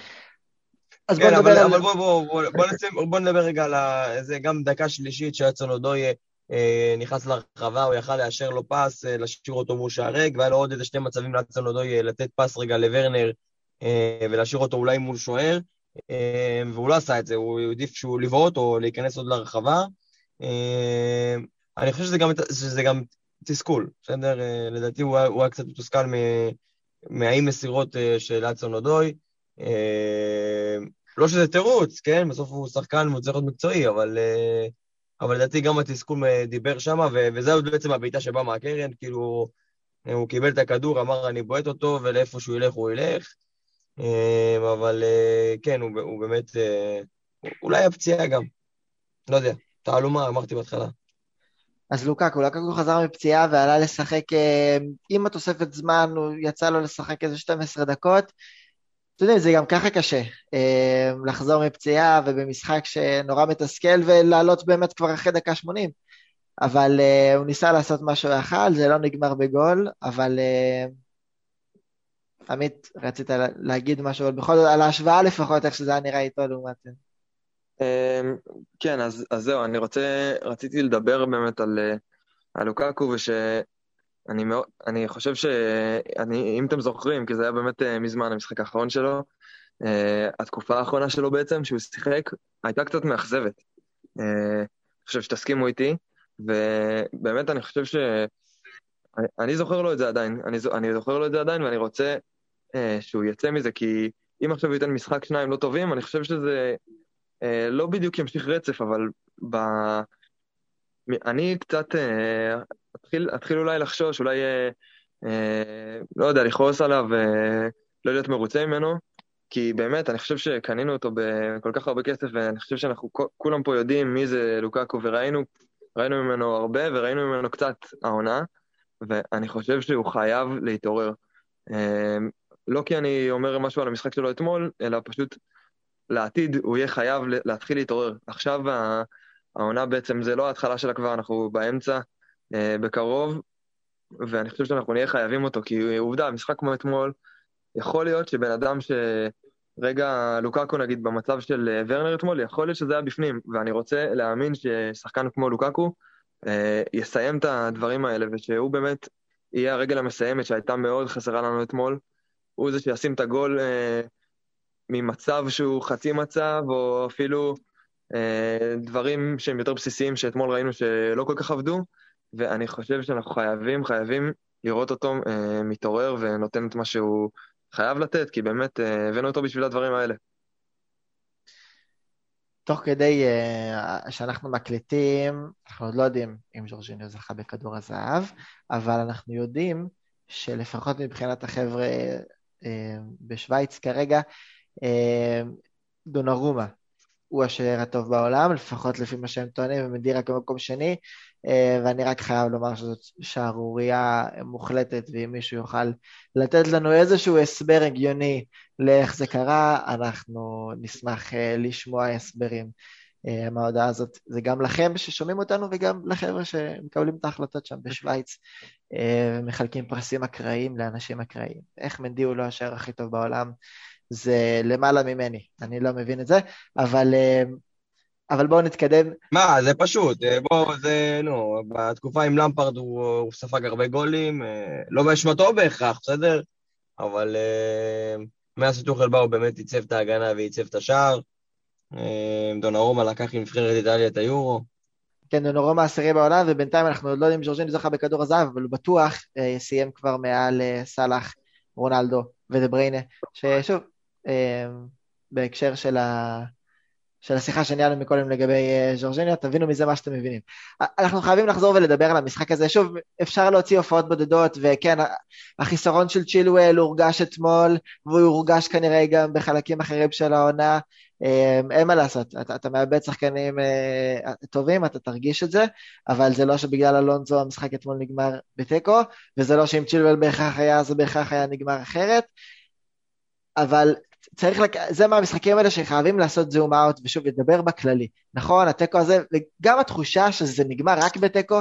אז בוא נדבר על... אבל בוא, בוא, בוא, בוא, בוא נדבר רגע על זה, גם דקה שלישית שיצאנו אודוי, נכנס לרחבה, הוא יכל לאשר לו פס, להשאיר אותו מול שערג, והיה לו עוד איזה שני מצבים לעצון אודוי, לתת פס רגע לוורנר, ולהשאיר אותו אולי מול שוער, והוא לא עשה את זה, הוא עדיף שהוא לבעוט או להיכנס עוד לרחבה. אני חושב שזה גם, שזה גם תסכול, בסדר? לדעתי הוא, הוא היה קצת מתוסכל מהאי מסירות של עצון אודוי, לא שזה תירוץ, כן? בסוף הוא שחקן והוא צריך להיות מקצועי, אבל... אבל לדעתי גם התסכול דיבר שם, וזהו בעצם הבעיטה שבא מהקרן, כאילו הוא קיבל את הכדור, אמר אני בועט אותו, ולאיפה שהוא ילך הוא ילך, אבל כן, הוא, הוא באמת, אולי הפציעה גם, לא יודע, תעלומה, אמרתי בהתחלה. אז לוקאקו, לוקאקו חזר מפציעה ועלה לשחק, עם התוספת זמן, הוא יצא לו לשחק איזה שתים עשרה דקות, אתה יודע, זה גם ככה קשה, לחזור מפציעה ובמשחק שנורא מתסכל ולעלות באמת כבר אחרי דקה שמונים, אבל הוא ניסה לעשות משהו יחל, זה לא נגמר בגול, אבל עמית, רצית להגיד משהו, אבל בכל זאת, על ההשוואה לפחות, איך שזה היה נראה איתו לעומת. כן, אז, אז זהו, אני רוצה, רציתי לדבר באמת על, על לוקאקו, וש... אני, מאוד, אני חושב שאני, אם אתם זוכרים, כי זה היה באמת אה, מזמן המשחק האחרון שלו, אה, התקופה האחרונה שלו בעצם, שהוא שיחק, הייתה קצת מאכזבת. אה, אני חושב שתסכימו איתי, ובאמת אני חושב ש... אני, אני זוכר לו את זה עדיין, אני, ז- אני זוכר לו את זה עדיין, ואני רוצה אה, שהוא יצא מזה, כי אם עכשיו הוא ייתן משחק שניים לא טובים, אני חושב שזה אה, לא בדיוק ימשיך רצף, אבל ב... מ- אני קצת אה, אתחיל, אתחיל אולי לחשוש, אולי, אה, אה, לא יודע, לכעוס עליו ולא להיות מרוצה ממנו, כי באמת, אני חושב שקנינו אותו בכל כך הרבה כסף, ואני חושב שאנחנו כ- כולם פה יודעים מי זה לוקאקו, וראינו ראינו ממנו הרבה, וראינו ממנו קצת העונה, ואני חושב שהוא חייב להתעורר. אה, לא כי אני אומר משהו על המשחק שלו אתמול, אלא פשוט לעתיד הוא יהיה חייב להתחיל להתעורר. עכשיו ה- העונה בעצם זה לא ההתחלה שלה כבר, אנחנו באמצע, אה, בקרוב, ואני חושב שאנחנו נהיה חייבים אותו, כי עובדה, משחק כמו אתמול, יכול להיות שבן אדם שרגע לוקאקו נגיד במצב של אה, ורנר אתמול, יכול להיות שזה היה בפנים, ואני רוצה להאמין ששחקן כמו לוקאקו אה, יסיים את הדברים האלה, ושהוא באמת יהיה הרגל המסיימת שהייתה מאוד חסרה לנו אתמול, הוא זה שישים את הגול אה, ממצב שהוא חצי מצב, או אפילו אה, דברים שהם יותר בסיסיים שאתמול ראינו שלא כל כך עבדו, ואני חושב שאנחנו חייבים, חייבים לראות אותו אה, מתעורר ונותן את מה שהוא חייב לתת, כי באמת אה, הבאנו אותו בשביל הדברים האלה. תוך כדי uh, שאנחנו מקליטים, אנחנו עוד לא יודעים אם ז'ורג'יניו זכה בכדור הזהב, אבל אנחנו יודעים שלפחות מבחינת החבר'ה uh, בשוויץ כרגע, uh, דונרומה הוא השוער הטוב בעולם, לפחות לפי מה שהם טוענים, ומדיר רק במקום שני, ואני רק חייב לומר שזאת שערוריה מוחלטת, ואם מישהו יוכל לתת לנו איזשהו הסבר הגיוני לאיך זה קרה, אנחנו נשמח לשמוע הסברים מההודעה הזאת. זה גם לכם ששומעים אותנו, וגם לחבר'ה שמקבלים את ההחלטות שם בשוויץ, ומחלקים פרסים אקראיים לאנשים אקראיים. איך מנדי הוא לא השוער הכי טוב בעולם? זה למעלה ממני, אני לא מבין את זה, אבל, אבל בואו נתקדם. מה, זה פשוט, בואו, זה, נו, בתקופה עם למפרד הוא, הוא ספג הרבה גולים, לא באשמתו בהכרח, בסדר? אבל מאז שטוחל בא הוא באמת ייצב את ההגנה וייצב את השער, דונרומה לקח עם נבחרת איטליה את היורו. כן, דונרומה עשירי בעולם, ובינתיים אנחנו עוד לא יודעים אם ז'ורג'יניו זכה בכדור הזהב, אבל הוא בטוח סיים כבר מעל סלאח, רונלדו ודבריינה, ששוב, בהקשר של, ה... של השיחה שניהלנו מקודם לגבי ז'ורג'יניו, תבינו מזה מה שאתם מבינים. אנחנו חייבים לחזור ולדבר על המשחק הזה. שוב, אפשר להוציא הופעות בודדות, וכן, החיסרון של צ'ילואל הורגש אתמול, והוא הורגש כנראה גם בחלקים אחרים של העונה. אין מה לעשות, אתה, אתה מאבד שחקנים טובים, אתה תרגיש את זה, אבל זה לא שבגלל אלונזו המשחק אתמול נגמר בטקו, וזה לא שאם צ'ילואל בהכרח היה, זה בהכרח היה נגמר אחרת, אבל צריך, לק... זה מהמשחקים האלה שחייבים לעשות זום אאוט, ושוב, לדבר בכללי. נכון, הטקו הזה, וגם התחושה שזה נגמר רק בטקו,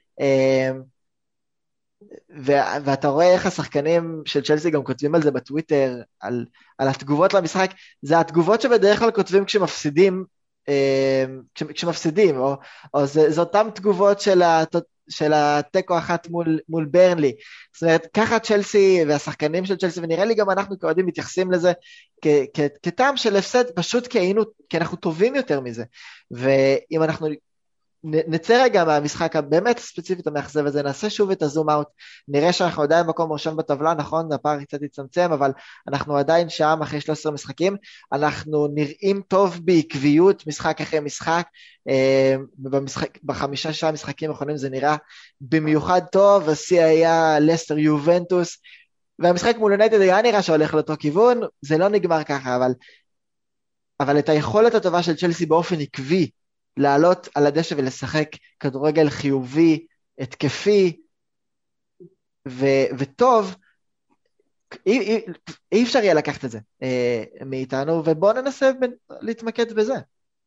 ו... ואתה רואה איך השחקנים של צ'לסי גם כותבים על זה בטוויטר, על, על התגובות למשחק, זה התגובות שבדרך כלל כותבים כשמפסידים, כש... כשמפסידים, או, או זה, זה אותם תגובות של ה... של הטקו אחת מול, מול ברנלי. זאת אומרת, ככה צ'לסי והשחקנים של צ'לסי, ונראה לי גם אנחנו כאוהדים מתייחסים לזה כ, כ, כטעם של הפסד, פשוט כי, היינו, כי אנחנו טובים יותר מזה. ואם אנחנו נצא רגע מהמשחק הבאמת ספציפית המאכזב הזה, נעשה שוב את הזום אאוט, נראה שאנחנו עדיין מקום ראשון בטבלה, נכון, הפער קצת יצמצם, אבל אנחנו עדיין שם אחרי שלושה עשר משחקים, אנחנו נראים טוב בעקביות משחק אחרי משחק, במשחק, בחמישה שעה משחקים האחרונים זה נראה במיוחד טוב, השיא היה לסטר יובנטוס, והמשחק מול יונייטד היה נראה שהולך לאותו כיוון, זה לא נגמר ככה, אבל, אבל את היכולת הטובה של צ'לסי באופן עקבי, לעלות על הדשא ולשחק כדורגל חיובי, התקפי ו- וטוב, אי, אי, אי אפשר יהיה לקחת את זה אה, מאיתנו, ובואו ננסה להתמקד בזה.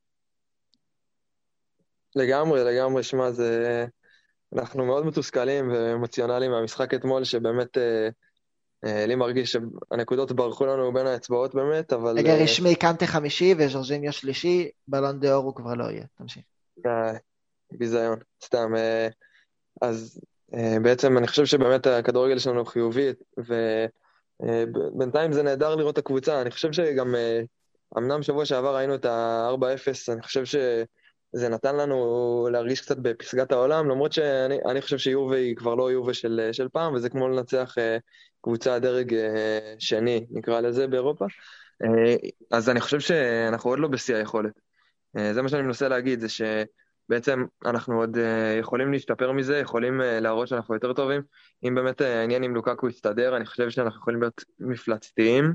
לגמרי, לגמרי, שמה, זה... אנחנו מאוד מתוסכלים ואמוציונליים מהמשחק אתמול, שבאמת אה, אה, לי מרגיש שהנקודות ברחו לנו בין האצבעות באמת, אבל... רגע, רשמי קנטה חמישי וז'ורג'יניו שלישי, בלון דה אור הוא כבר לא יהיה, תמשיך. ביזיון, סתם. אז בעצם אני חושב שבאמת הכדורגל שלנו חיובי, ובינתיים זה נהדר לראות את הקבוצה. אני חושב שגם, אמנם שבוע שעבר ראינו את ה-ארבע אפס, אני חושב שזה נתן לנו להרגיש קצת בפסגת העולם, למרות שאני אני חושב שיובה היא כבר לא יובה של, של פעם, וזה כמו לנצח קבוצה דרג שני, נקרא לזה, באירופה. אז אני חושב שאנחנו עוד לא בשיא היכולת. זה מה שאני מנסה להגיד, זה שבעצם אנחנו עוד יכולים להשתפר מזה, יכולים להראות שאנחנו יותר טובים. אם באמת העניין עם לוקאקו יסתדר, אני חושב שאנחנו יכולים להיות מפלצתיים,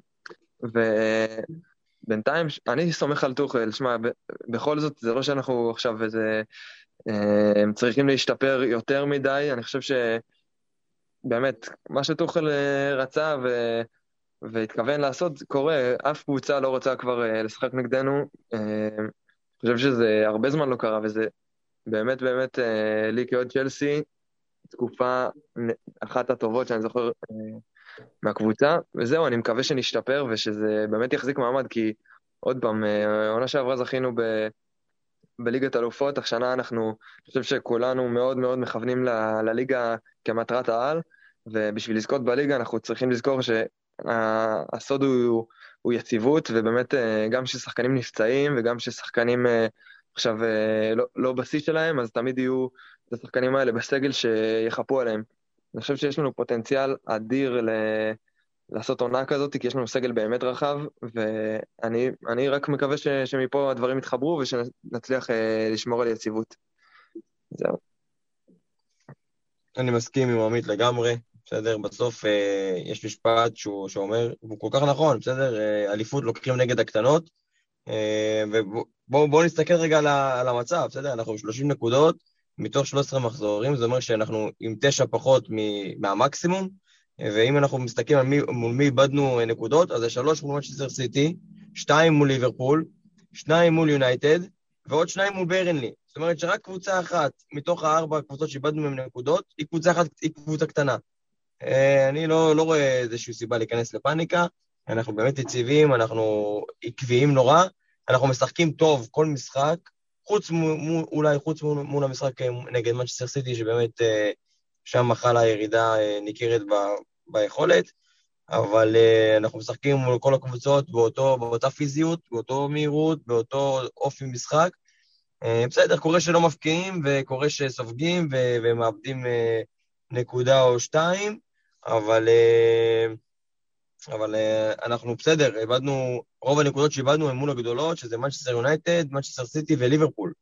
ובינתיים אני סומך על טוחל. שמע, בכל זאת זה לא שאנחנו עכשיו איזה, צריכים להשתפר יותר מדי. אני חושב שבאמת מה שטוחל רצה ו... והתכוון לעשות קורה. אף קבוצה לא רוצה כבר לשחק נגדנו. אני חושב שזה הרבה זמן לא קרה, וזה באמת באמת לי כאוהד צ'לסי תקופה אחת הטובות שאני זוכר מהקבוצה, וזהו, אני מקווה שנשתפר ושזה באמת יחזיק מעמד, כי עוד פעם, עונה שעברה זכינו ב... בליגת אלופות. השנה אנחנו, אני חושב שכולנו מאוד מאוד מכוונים ל... לליגה כמטרת העל, ובשביל לזכות בליגה אנחנו צריכים לזכור שהסוד הוא, הוא יציבות, ובאמת גם ששחקנים נפצעים וגם ששחקנים עכשיו לא, לא בשיא שלהם, אז תמיד יהיו את השחקנים האלה בסגל שיחפו עליהם. אני חושב שיש לנו פוטנציאל אדיר ל... לעשות עונה כזאת, כי יש לנו סגל באמת רחב, ואני אני רק מקווה ש... שמפה הדברים יתחברו ושנצליח לשמור על יציבות. זהו. אני מסכים עם עמית לגמרי. בסדר, בסוף אה, יש משפט שהוא, שאומר, הוא כל כך נכון, בסדר, אה, אליפות לוקחים נגד הקטנות, אה, ובואו בוא נסתכל רגע על, על המצב, בסדר, אנחנו עם שלושים נקודות, מתוך שלושה עשר מחזורים, זה אומר שאנחנו עם תשע פחות מ, מהמקסימום, אה, ואם אנחנו מסתכלים על מי, מול מי איבדנו נקודות, אז זה שלוש מול מנצ'סטר סיטי, שתיים מול ליברפול, שניים מול יונייטד, ועוד שניים מול ברנלי. זאת אומרת שרק קבוצה אחת מתוך הארבע הקבוצות שאיבדנו מהם נקודות, היא קבוצה אחת, היא קבוצה קטנה. אני לא, לא רואה איזושהי סיבה להיכנס לפאניקה, אנחנו באמת יציבים, אנחנו עקביים נורא, אנחנו משחקים טוב כל משחק, חוץ מול, אולי חוץ מול, מול המשחק נגד מנצ'סטר סיטי, שבאמת שם מחלה הירידה ניכרת ב, ביכולת, אבל אנחנו משחקים מול כל הקבוצות באותו, באותה פיזיות, באותו מהירות, באותו אופי משחק. בסדר, קורה שלא מפקיעים, וקורה שסופגים ו- ומאבדים נקודה או שתיים, אבל, אבל אנחנו בסדר, איבדנו, רוב הנקודות שאיבדנו הם מול הגדולות, שזה מנצ'סטר יונייטד, מנצ'סטר סיטי וליברפול.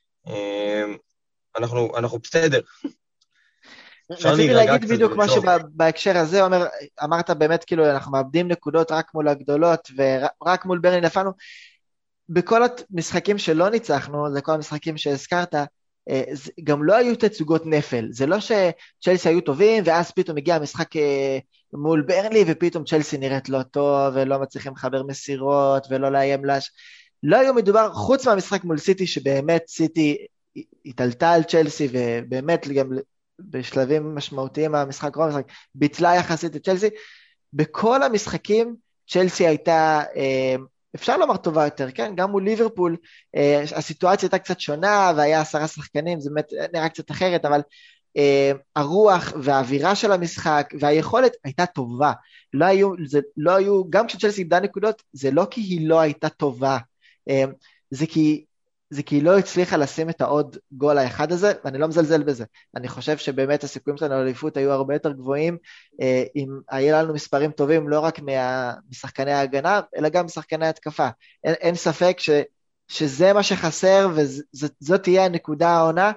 אנחנו, אנחנו בסדר. רציתי להגיד בדיוק משהו בהקשר הזה, אומר, אמרת באמת כאילו אנחנו מאבדים נקודות רק מול הגדולות, ורק מול ברנלי נפלנו. בכל המשחקים שלא ניצחנו, זה כל המשחקים שהזכרת, גם לא היו תצוגות נפל. זה לא שצ'לסי היו טובים, ואז פתאום הגיע המשחק מול ברנלי, ופתאום צ'לסי נראית לא טוב, ולא מצליחים לחבר מסירות, ולא לאיים לש. לא היו מדובר, חוץ מהמשחק מול סיטי, שבאמת סיטי התעלתה על צ'לסי, ובאמת גם בשלבים משמעותיים המשחק, רוב המשחק, ביטלה יחסית את צ'לסי. בכל המשחקים, צ'לסי הייתה... אפשר לומר טובה יותר, כן? גם מול ליברפול, אה, הסיטואציה הייתה קצת שונה, והיה עשרה שחקנים, זה באמת נראה קצת אחרת, אבל אה, הרוח והאווירה של המשחק, והיכולת הייתה טובה. לא היו, זה, לא היו, גם כשצ'לסי איבדה נקודות, זה לא כי היא לא הייתה טובה, אה, זה כי, זה כי היא לא הצליחה לשים את העוד גול האחד הזה, ואני לא מזלזל בזה. אני חושב שבאמת הסיכויים שלנו לאליפות היו הרבה יותר גבוהים, אם היה לנו מספרים טובים, לא רק משחקני ההגנה, אלא גם משחקני התקפה. אין, אין ספק ש, שזה מה שחסר, וזאת תהיה הנקודה העונה,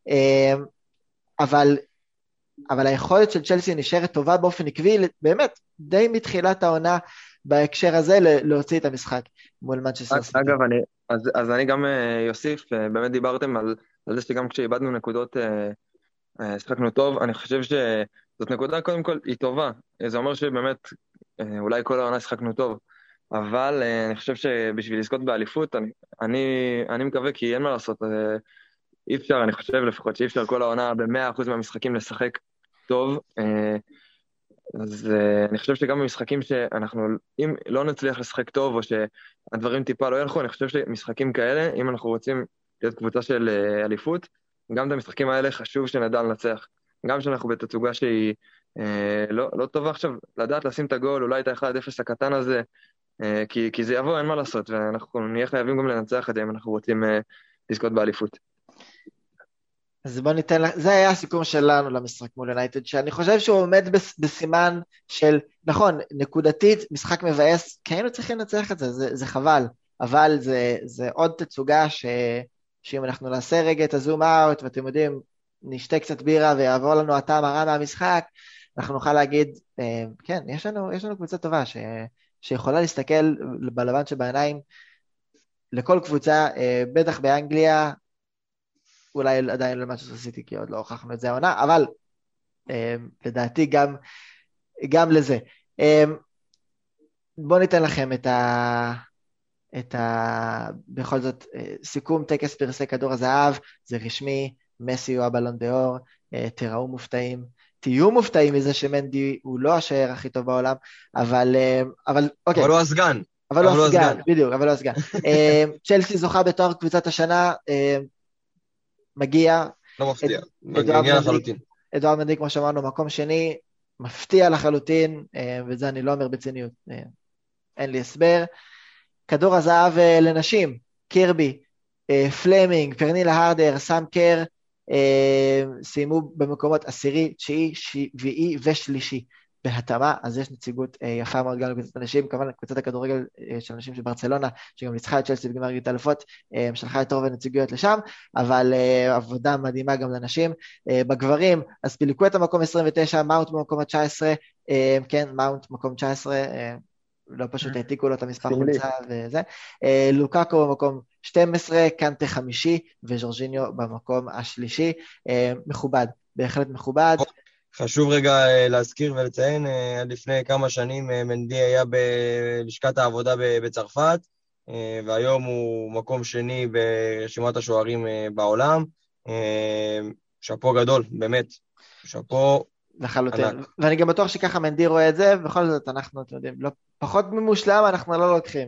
אבל, אבל היכולת של צ'לסי נשארת טובה באופן עקבי, באמת, די מתחילת העונה, בהקשר הזה להוציא את המשחק מול מנצ'סטר סיטי. אגב, אני, אז, אז אני גם יוסיף, באמת דיברתם על, על זה שגם כשאיבדנו נקודות, שחקנו טוב. אני חושב שזאת נקודה, קודם כל, היא טובה. זה אומר שבאמת, אולי כל העונה שחקנו טוב, אבל אני חושב שבשביל לזכות באליפות, אני, אני, אני מקווה, כי אין מה לעשות, אי אפשר, אני חושב לפחות שאי אפשר כל העונה ב-מאה אחוז מהמשחקים לשחק טוב, אז uh, אני חושב שגם במשחקים שאנחנו, אם לא נצליח לשחק טוב, או שהדברים טיפה לא ילכו, אני חושב שמשחקים כאלה, אם אנחנו רוצים להיות קבוצה של uh, אליפות, גם את המשחקים האלה חשוב שנדע לנצח. גם שאנחנו בתצוגה שהיא אה, לא, לא טובה עכשיו, לדעת לשים את הגול, אולי את ה-אחד אפס הקטן הזה, אה, כי, כי זה יבוא, אין מה לעשות, ואנחנו נהיה חייבים גם לנצח את זה, אם אנחנו רוצים אה, לזכות באליפות. אז בוא ניתן לך, זה היה הסיכום שלנו למשחק מול יונייטד, שאני חושב שהוא עומד בסימן של, נכון, נקודתית, משחק מבאס, כי היינו צריכים לנצח את זה, זה, זה חבל, אבל זה, זה עוד תצוגה ש, שאם אנחנו נעשה רגע את הזום אאוט, ואתם יודעים, נשתה קצת בירה ויעבור לנו הטעם הרע מהמשחק, אנחנו נוכל להגיד, כן, יש לנו, יש לנו קבוצה טובה, ש, שיכולה להסתכל בלבן שבעיניים, לכל קבוצה, בטח באנגליה, אולי עדיין למנצ'סטר סיטי, כי עוד לא הוכחנו את זה העונה, אבל אה, לדעתי גם, גם לזה. אה, בואו ניתן לכם את ה... את ה... בכל זאת, אה, סיכום טקס פרסי כדור הזהב, זה רשמי, מסי הוא הבלון דאור, אה, תראו מופתעים, תהיו מופתעים מזה שמנדי הוא לא השוער הכי טוב בעולם, אבל... אה, אבל, אוקיי. אבל הוא הסגן. אבל הוא הסגן, בדיוק, אבל הוא הסגן. אה, צ'לסי זוכה בתואר קבוצת השנה, אה, מגיע, לא מפתיע, מגיע לחלוטין. אדוארד מנדי, כמו שאמרנו, מקום שני, מפתיע לחלוטין, וזה אני לא אומר בציניות, אין לי הסבר. כדור הזהב לנשים, קירבי, פלמינג, פרנילה הרדר, סם קר, סיימו במקומות עשירי, תשיעי, שביעי ושלישי. בהתאמה, אז יש נציגות אה, יפה מאוד גם לקבוצת אנשים, כמובן קבוצת הכדורגל אה, של אנשים של ברצלונה, שגם ניצחה את צ'לסי בגמר ליגת האלופות, אה, שלחה את רוב הנציגויות לשם, אבל אה, עבודה מדהימה גם לנשים. אה, בגברים, אז פיליקו את המקום עשרים ותשע, מאונט במקום ה-תשע עשרה, אה, כן, מאונט מקום תשע עשרה, אה, לא פשוט העתיקו לו את המספר חולצה וזה, אה, לוקאקו במקום שתים עשרה, קנטה חמישי, וז'ורג'יניו במקום השלישי, אה, מכובד, בהחלט מכובד. חשוב רגע להזכיר ולציין, עד לפני כמה שנים מנדי היה בלשכת העבודה בצרפת, והיום הוא מקום שני ברשימת השוערים בעולם. שפו גדול, באמת. שפו לחלוטין. ענק. ואני גם בטוח שככה מנדי רואה את זה, ובכל זאת אנחנו, אתם יודעים, לא, פחות ממושלם אנחנו לא לוקחים.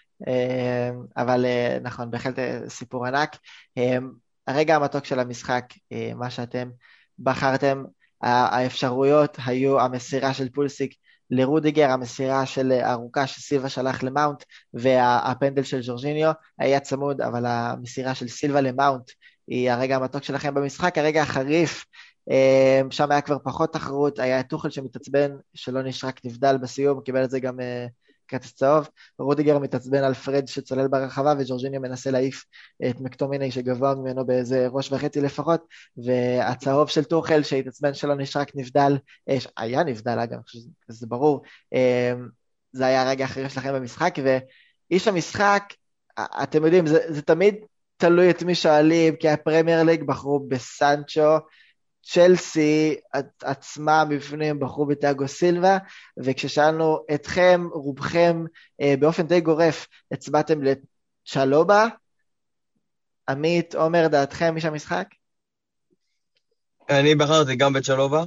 אבל נכון, בהחלט סיפור ענק. הרגע המתוק של המשחק, מה שאתם בחרתם, האפשרויות היו המסירה של פולסיק לרודיגר, המסירה של ארוכה שסילבה שלח למאונט, והפנדל של ז'ורג'יניו היה צמוד, אבל המסירה של סילבה למאונט היא הרגע המתוק שלכם במשחק. הרגע החריף, שם היה כבר פחות תחרות, היה טוחל שמתעצבן, שלא נשרק נבדל בסיום, קיבל את זה גם כרטיס צהוב, רודיגר מתעצבן על פרד שצולל ברחבה, וג'ורג'יניו מנסה להעיף את מקטומיני שגבוה ממנו באיזה ראש וחצי לפחות, והצהוב של טוחל שהתעצבן שלא נשרק נבדל, היה נבדל אגב, זה ברור, זה היה הרגע החריף שלכם במשחק, ואיש המשחק, אתם יודעים, זה, זה תמיד תלוי את מי שואלים, כי הפרמייר ליג בחרו בסנצ'ו, צ'לסי עצמה בפנים בחרו בתיאגו סילבה, וכששאלנו אתכם, רובכם באופן די גורף, הצבעתם לצ'לובה. עמית, עומר, דעתכם איש המשחק? אני בחרתי גם בצ'לובה,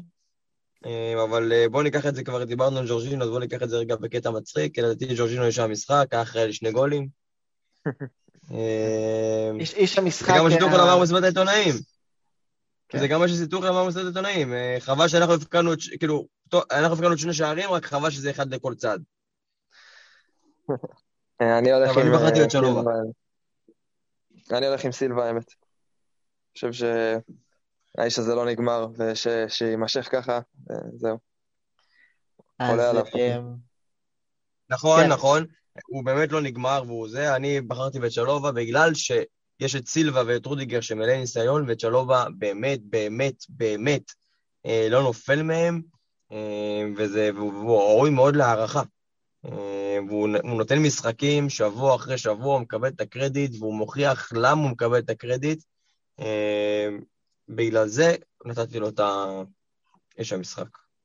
אבל בואו ניקח את זה, כבר דיברנו על ז'ורג'ינו, אז בואו ניקח את זה רגע בקטע מצחיק, כי לדעתי ז'ורג'ינו יש המשחק, היה אחרי לשני גולים. איש המשחק... וגם השיתוף על אמר מסיבת העיתונאים. זה גם מה שסיתוך אמר מסיבת העיתונאים. חבל שאנחנו הפקענו, כאילו, אנחנו הפקענו שני שערים, רק חבל שזה אחד לכל צד. אני הולך עם... אני בחרתי את צ'לובה. אני הולך עם סילבה, האמת. אני חושב שהאיש הזה לא נגמר, ושימשך ככה, זהו. עולה עליו. נכון, נכון. הוא באמת לא נגמר, והוא זה. אני בחרתי בצ'לובה בגלל ש... יש את סילבה ואת רודיגר שמלא ניסיון, ואת צ'לובה באמת, באמת, באמת אה, לא נופל מהם, אה, וזה, והוא ראוי מאוד להערכה. אה, והוא הוא נותן משחקים שבוע אחרי שבוע, הוא מקבל את הקרדיט, והוא מוכיח למה הוא מקבל את הקרדיט. אה, בגלל זה נתתי לו את האש המשחק.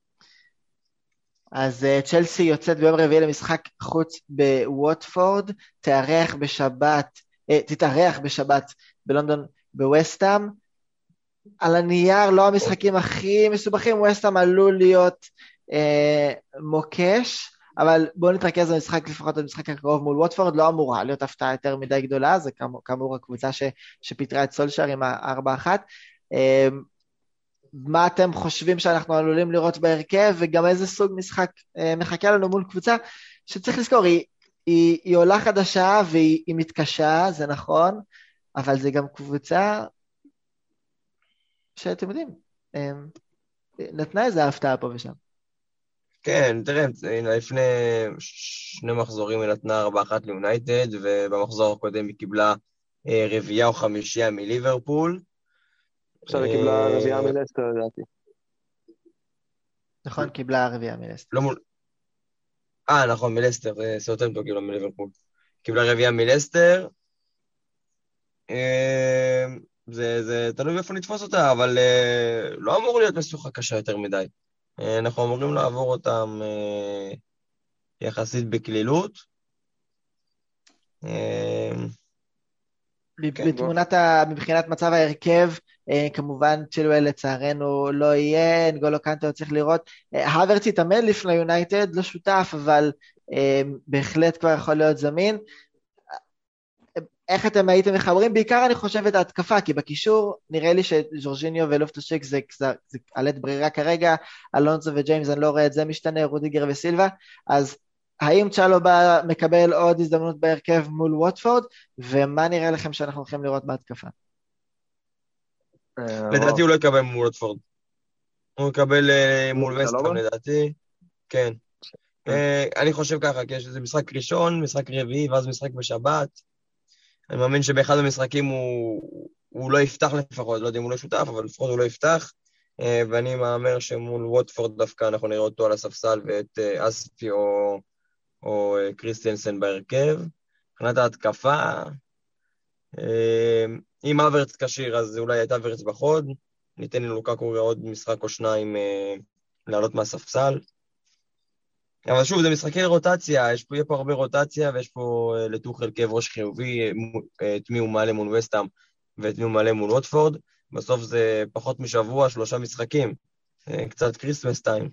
אז uh, צ'לסי יוצאת ביום רביעי למשחק חוץ בווטפורד, תארח בשבת, תתארח בשבת בלונדון בווסטהאם. על הנייר לא המשחקים הכי מסובכים, ווסטהאם עלול להיות אה, מוקש, אבל בואו נתרכז במשחק, לפחות במשחק הקרוב מול ווטפורד, לא אמורה להיות הפתעה יותר מדי גדולה, זה כאמור, כאמור הקבוצה ש, שפיתרה את סולשר עם ה-ארבע אחת. אה, מה אתם חושבים שאנחנו עלולים לראות בהרכב, וגם איזה סוג משחק מחכה לנו מול קבוצה, שצריך לזכור, היא, היא, היא עולה חדשה והיא מתקשה, זה נכון, אבל זה גם קבוצה שאתם יודעים, נתנה איזה הפתעה פה ושם. כן, תראה, לפני שני מחזורים היא נתנה ארבע אחת ליונייטד, ובמחזור הקודם היא קיבלה רביעייה או חמישייה מליברפול. עכשיו היא קיבלה רביעייה מלסטר, לדעתי. נכון, קיבלה רביעייה מלסטר. לא מול... אה, נכון, מלסטר, סאות'המפטון קיבלה מליברפול. קיבלה רביעייה מלסטר. זה, זה תלוי איפה נתפוס אותה, אבל לא אמור להיות משוכה קשה יותר מדי. אנחנו אמורים לעבור אותם יחסית בכלילות. בתמונת, מבחינת מצב ההרכב, כמובן צ'ילואל לצערנו לא יהיה, נגולו קנטה צריך לראות, הוורץ התאמן לפני יונייטד, לא שותף, אבל בהחלט כבר יכול להיות זמין. איך אתם הייתם מחברים? בעיקר אני חושב את ההתקפה, כי בקישור נראה לי שז'ורג'יניו ולופטוס-צ'יק זה, זה, זה עלת ברירה כרגע, אלונזו וג'יימס אני לא רואה את זה משתנה, רודיגר וסילבה, אז האם צ'אלובה מקבל עוד הזדמנות בהרכב מול ווטפורד, ומה נראה לכם שאנחנו הולכים לראות בהתקפה? לדעתי הוא לא יקבל מול ווטפורד, הוא יקבל מול וסטהאם לדעתי, כן. אני חושב ככה, כי יש איזה משחק ראשון, משחק רביעי, ואז משחק בשבת, אני מאמין שבאחד המשחקים הוא, הוא לא יפתח לפחות, לא יודע אם הוא לא שותף, אבל לפחות הוא לא יפתח, ואני מאמר שמול ווטפורד דווקא אנחנו נראה אותו על הספסל, ואת אספי או, או קריסטיאנסן בהרכב. מבחינת ההתקפה, אם אברץ קשיר, אז אולי הייתה אברץ בחוד, ניתן ללוקאקו עוד משחק או שניים לעלות מהספסל. אבל שוב, זה משחקי רוטציה, יש פה, יהיה פה הרבה רוטציה, ויש פה לטוחל כאב ראש חיובי, את מי הוא מעלה מול וסטהאם, ואת מי הוא מעלה מול ווטפורד, בסוף זה פחות משבוע, שלושה משחקים, קצת קריסמס טיים.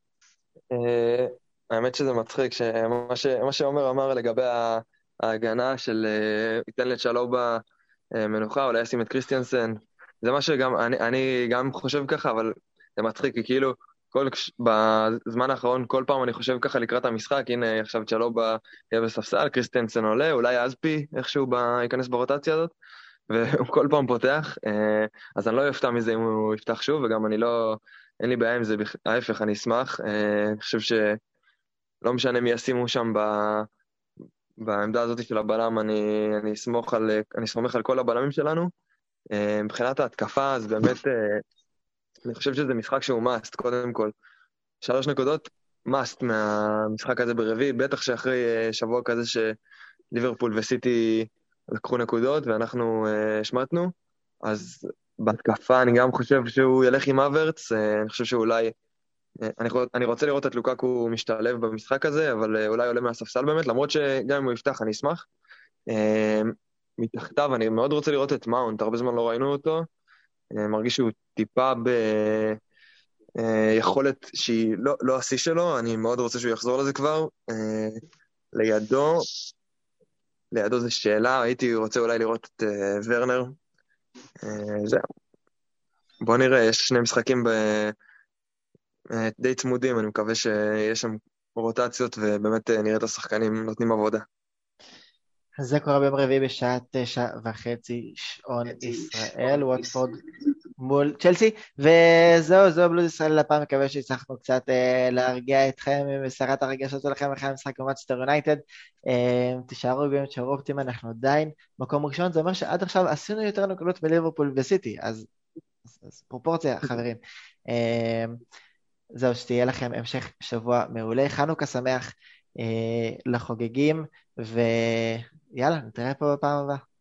האמת שזה מצחיק, שמה שעומר אמר לגבי ההגנה של ייתן לצ'לובה מנוחה, אולי ישים את קריסטיאנסן, זה מה שגם, אני, אני גם חושב ככה, אבל זה מצחיק, כי כאילו, כל, בזמן האחרון, כל פעם אני חושב ככה לקראת המשחק, הנה עכשיו צ'לובה יהיה בספסל, קריסטיאנסן עולה, אולי אזפי איכשהו ב, ייכנס ברוטציה הזאת, והוא כל פעם פותח, אז אני לא יפתע מזה אם הוא יפתח שוב, וגם אני לא, אין לי בעיה עם זה, ההפך, אני אשמח, אני חושב שלא משנה מי ישימו שם ב, בעמדה הזאת של הבלם, אני, אני אסמוך על, אני סומך על כל הבלמים שלנו, מבחינת ההתקפה, אז באמת, אני חושב שזה משחק שהוא מאסט, קודם כל. שלוש נקודות, מאסט מהמשחק הזה ברביעי, בטח שאחרי שבוע כזה שליברפול וסיטי לקחו נקודות, ואנחנו השמטנו, אז בהתקפה אני גם חושב שהוא ילך עם אברץ, אני חושב שאולי, אני, אני רוצה לראות את לוקאקו משתלב במשחק הזה, אבל אולי עולה מהספסל באמת, למרות שגם אם הוא יפתח אני אשמח. מתחתיו, אני מאוד רוצה לראות את מאונט, הרבה זמן לא ראינו אותו, אני מרגיש שהוא טיפה ביכולת שהיא לא, לא השיא שלו, אני מאוד רוצה שהוא יחזור לזה כבר. לידו, לידו זה שאלה, הייתי רוצה אולי לראות את ורנר. זהו. בוא נראה, יש שני משחקים ב... די צמודים, אני מקווה שיש שם רוטציות, ובאמת נראה את השחקנים נותנים עבודה. זה קורה ביום רביעי בשעה תשע וחצי שעון ישראל, ווטפורד מול צ'לסי, וזהו, זהו בלוז ישראל לפעם, מקווה שהצלחנו קצת להרגיע אתכם עם סערת הרגשות שלכם אחרי המשחק במאנצ'סטר יונייטד. תישארו באמת, תישארו אופטימיים, אנחנו עדיין מקום ראשון, זה אומר שעד עכשיו עשינו יותר נקודות מליברפול וסיטי, אז, אז, אז פרופורציה חברים. זהו, שתהיה לכם המשך שבוע מעולה, חנוכה שמח לחוגגים, ויאללה, נתראה פה בפעם הבאה.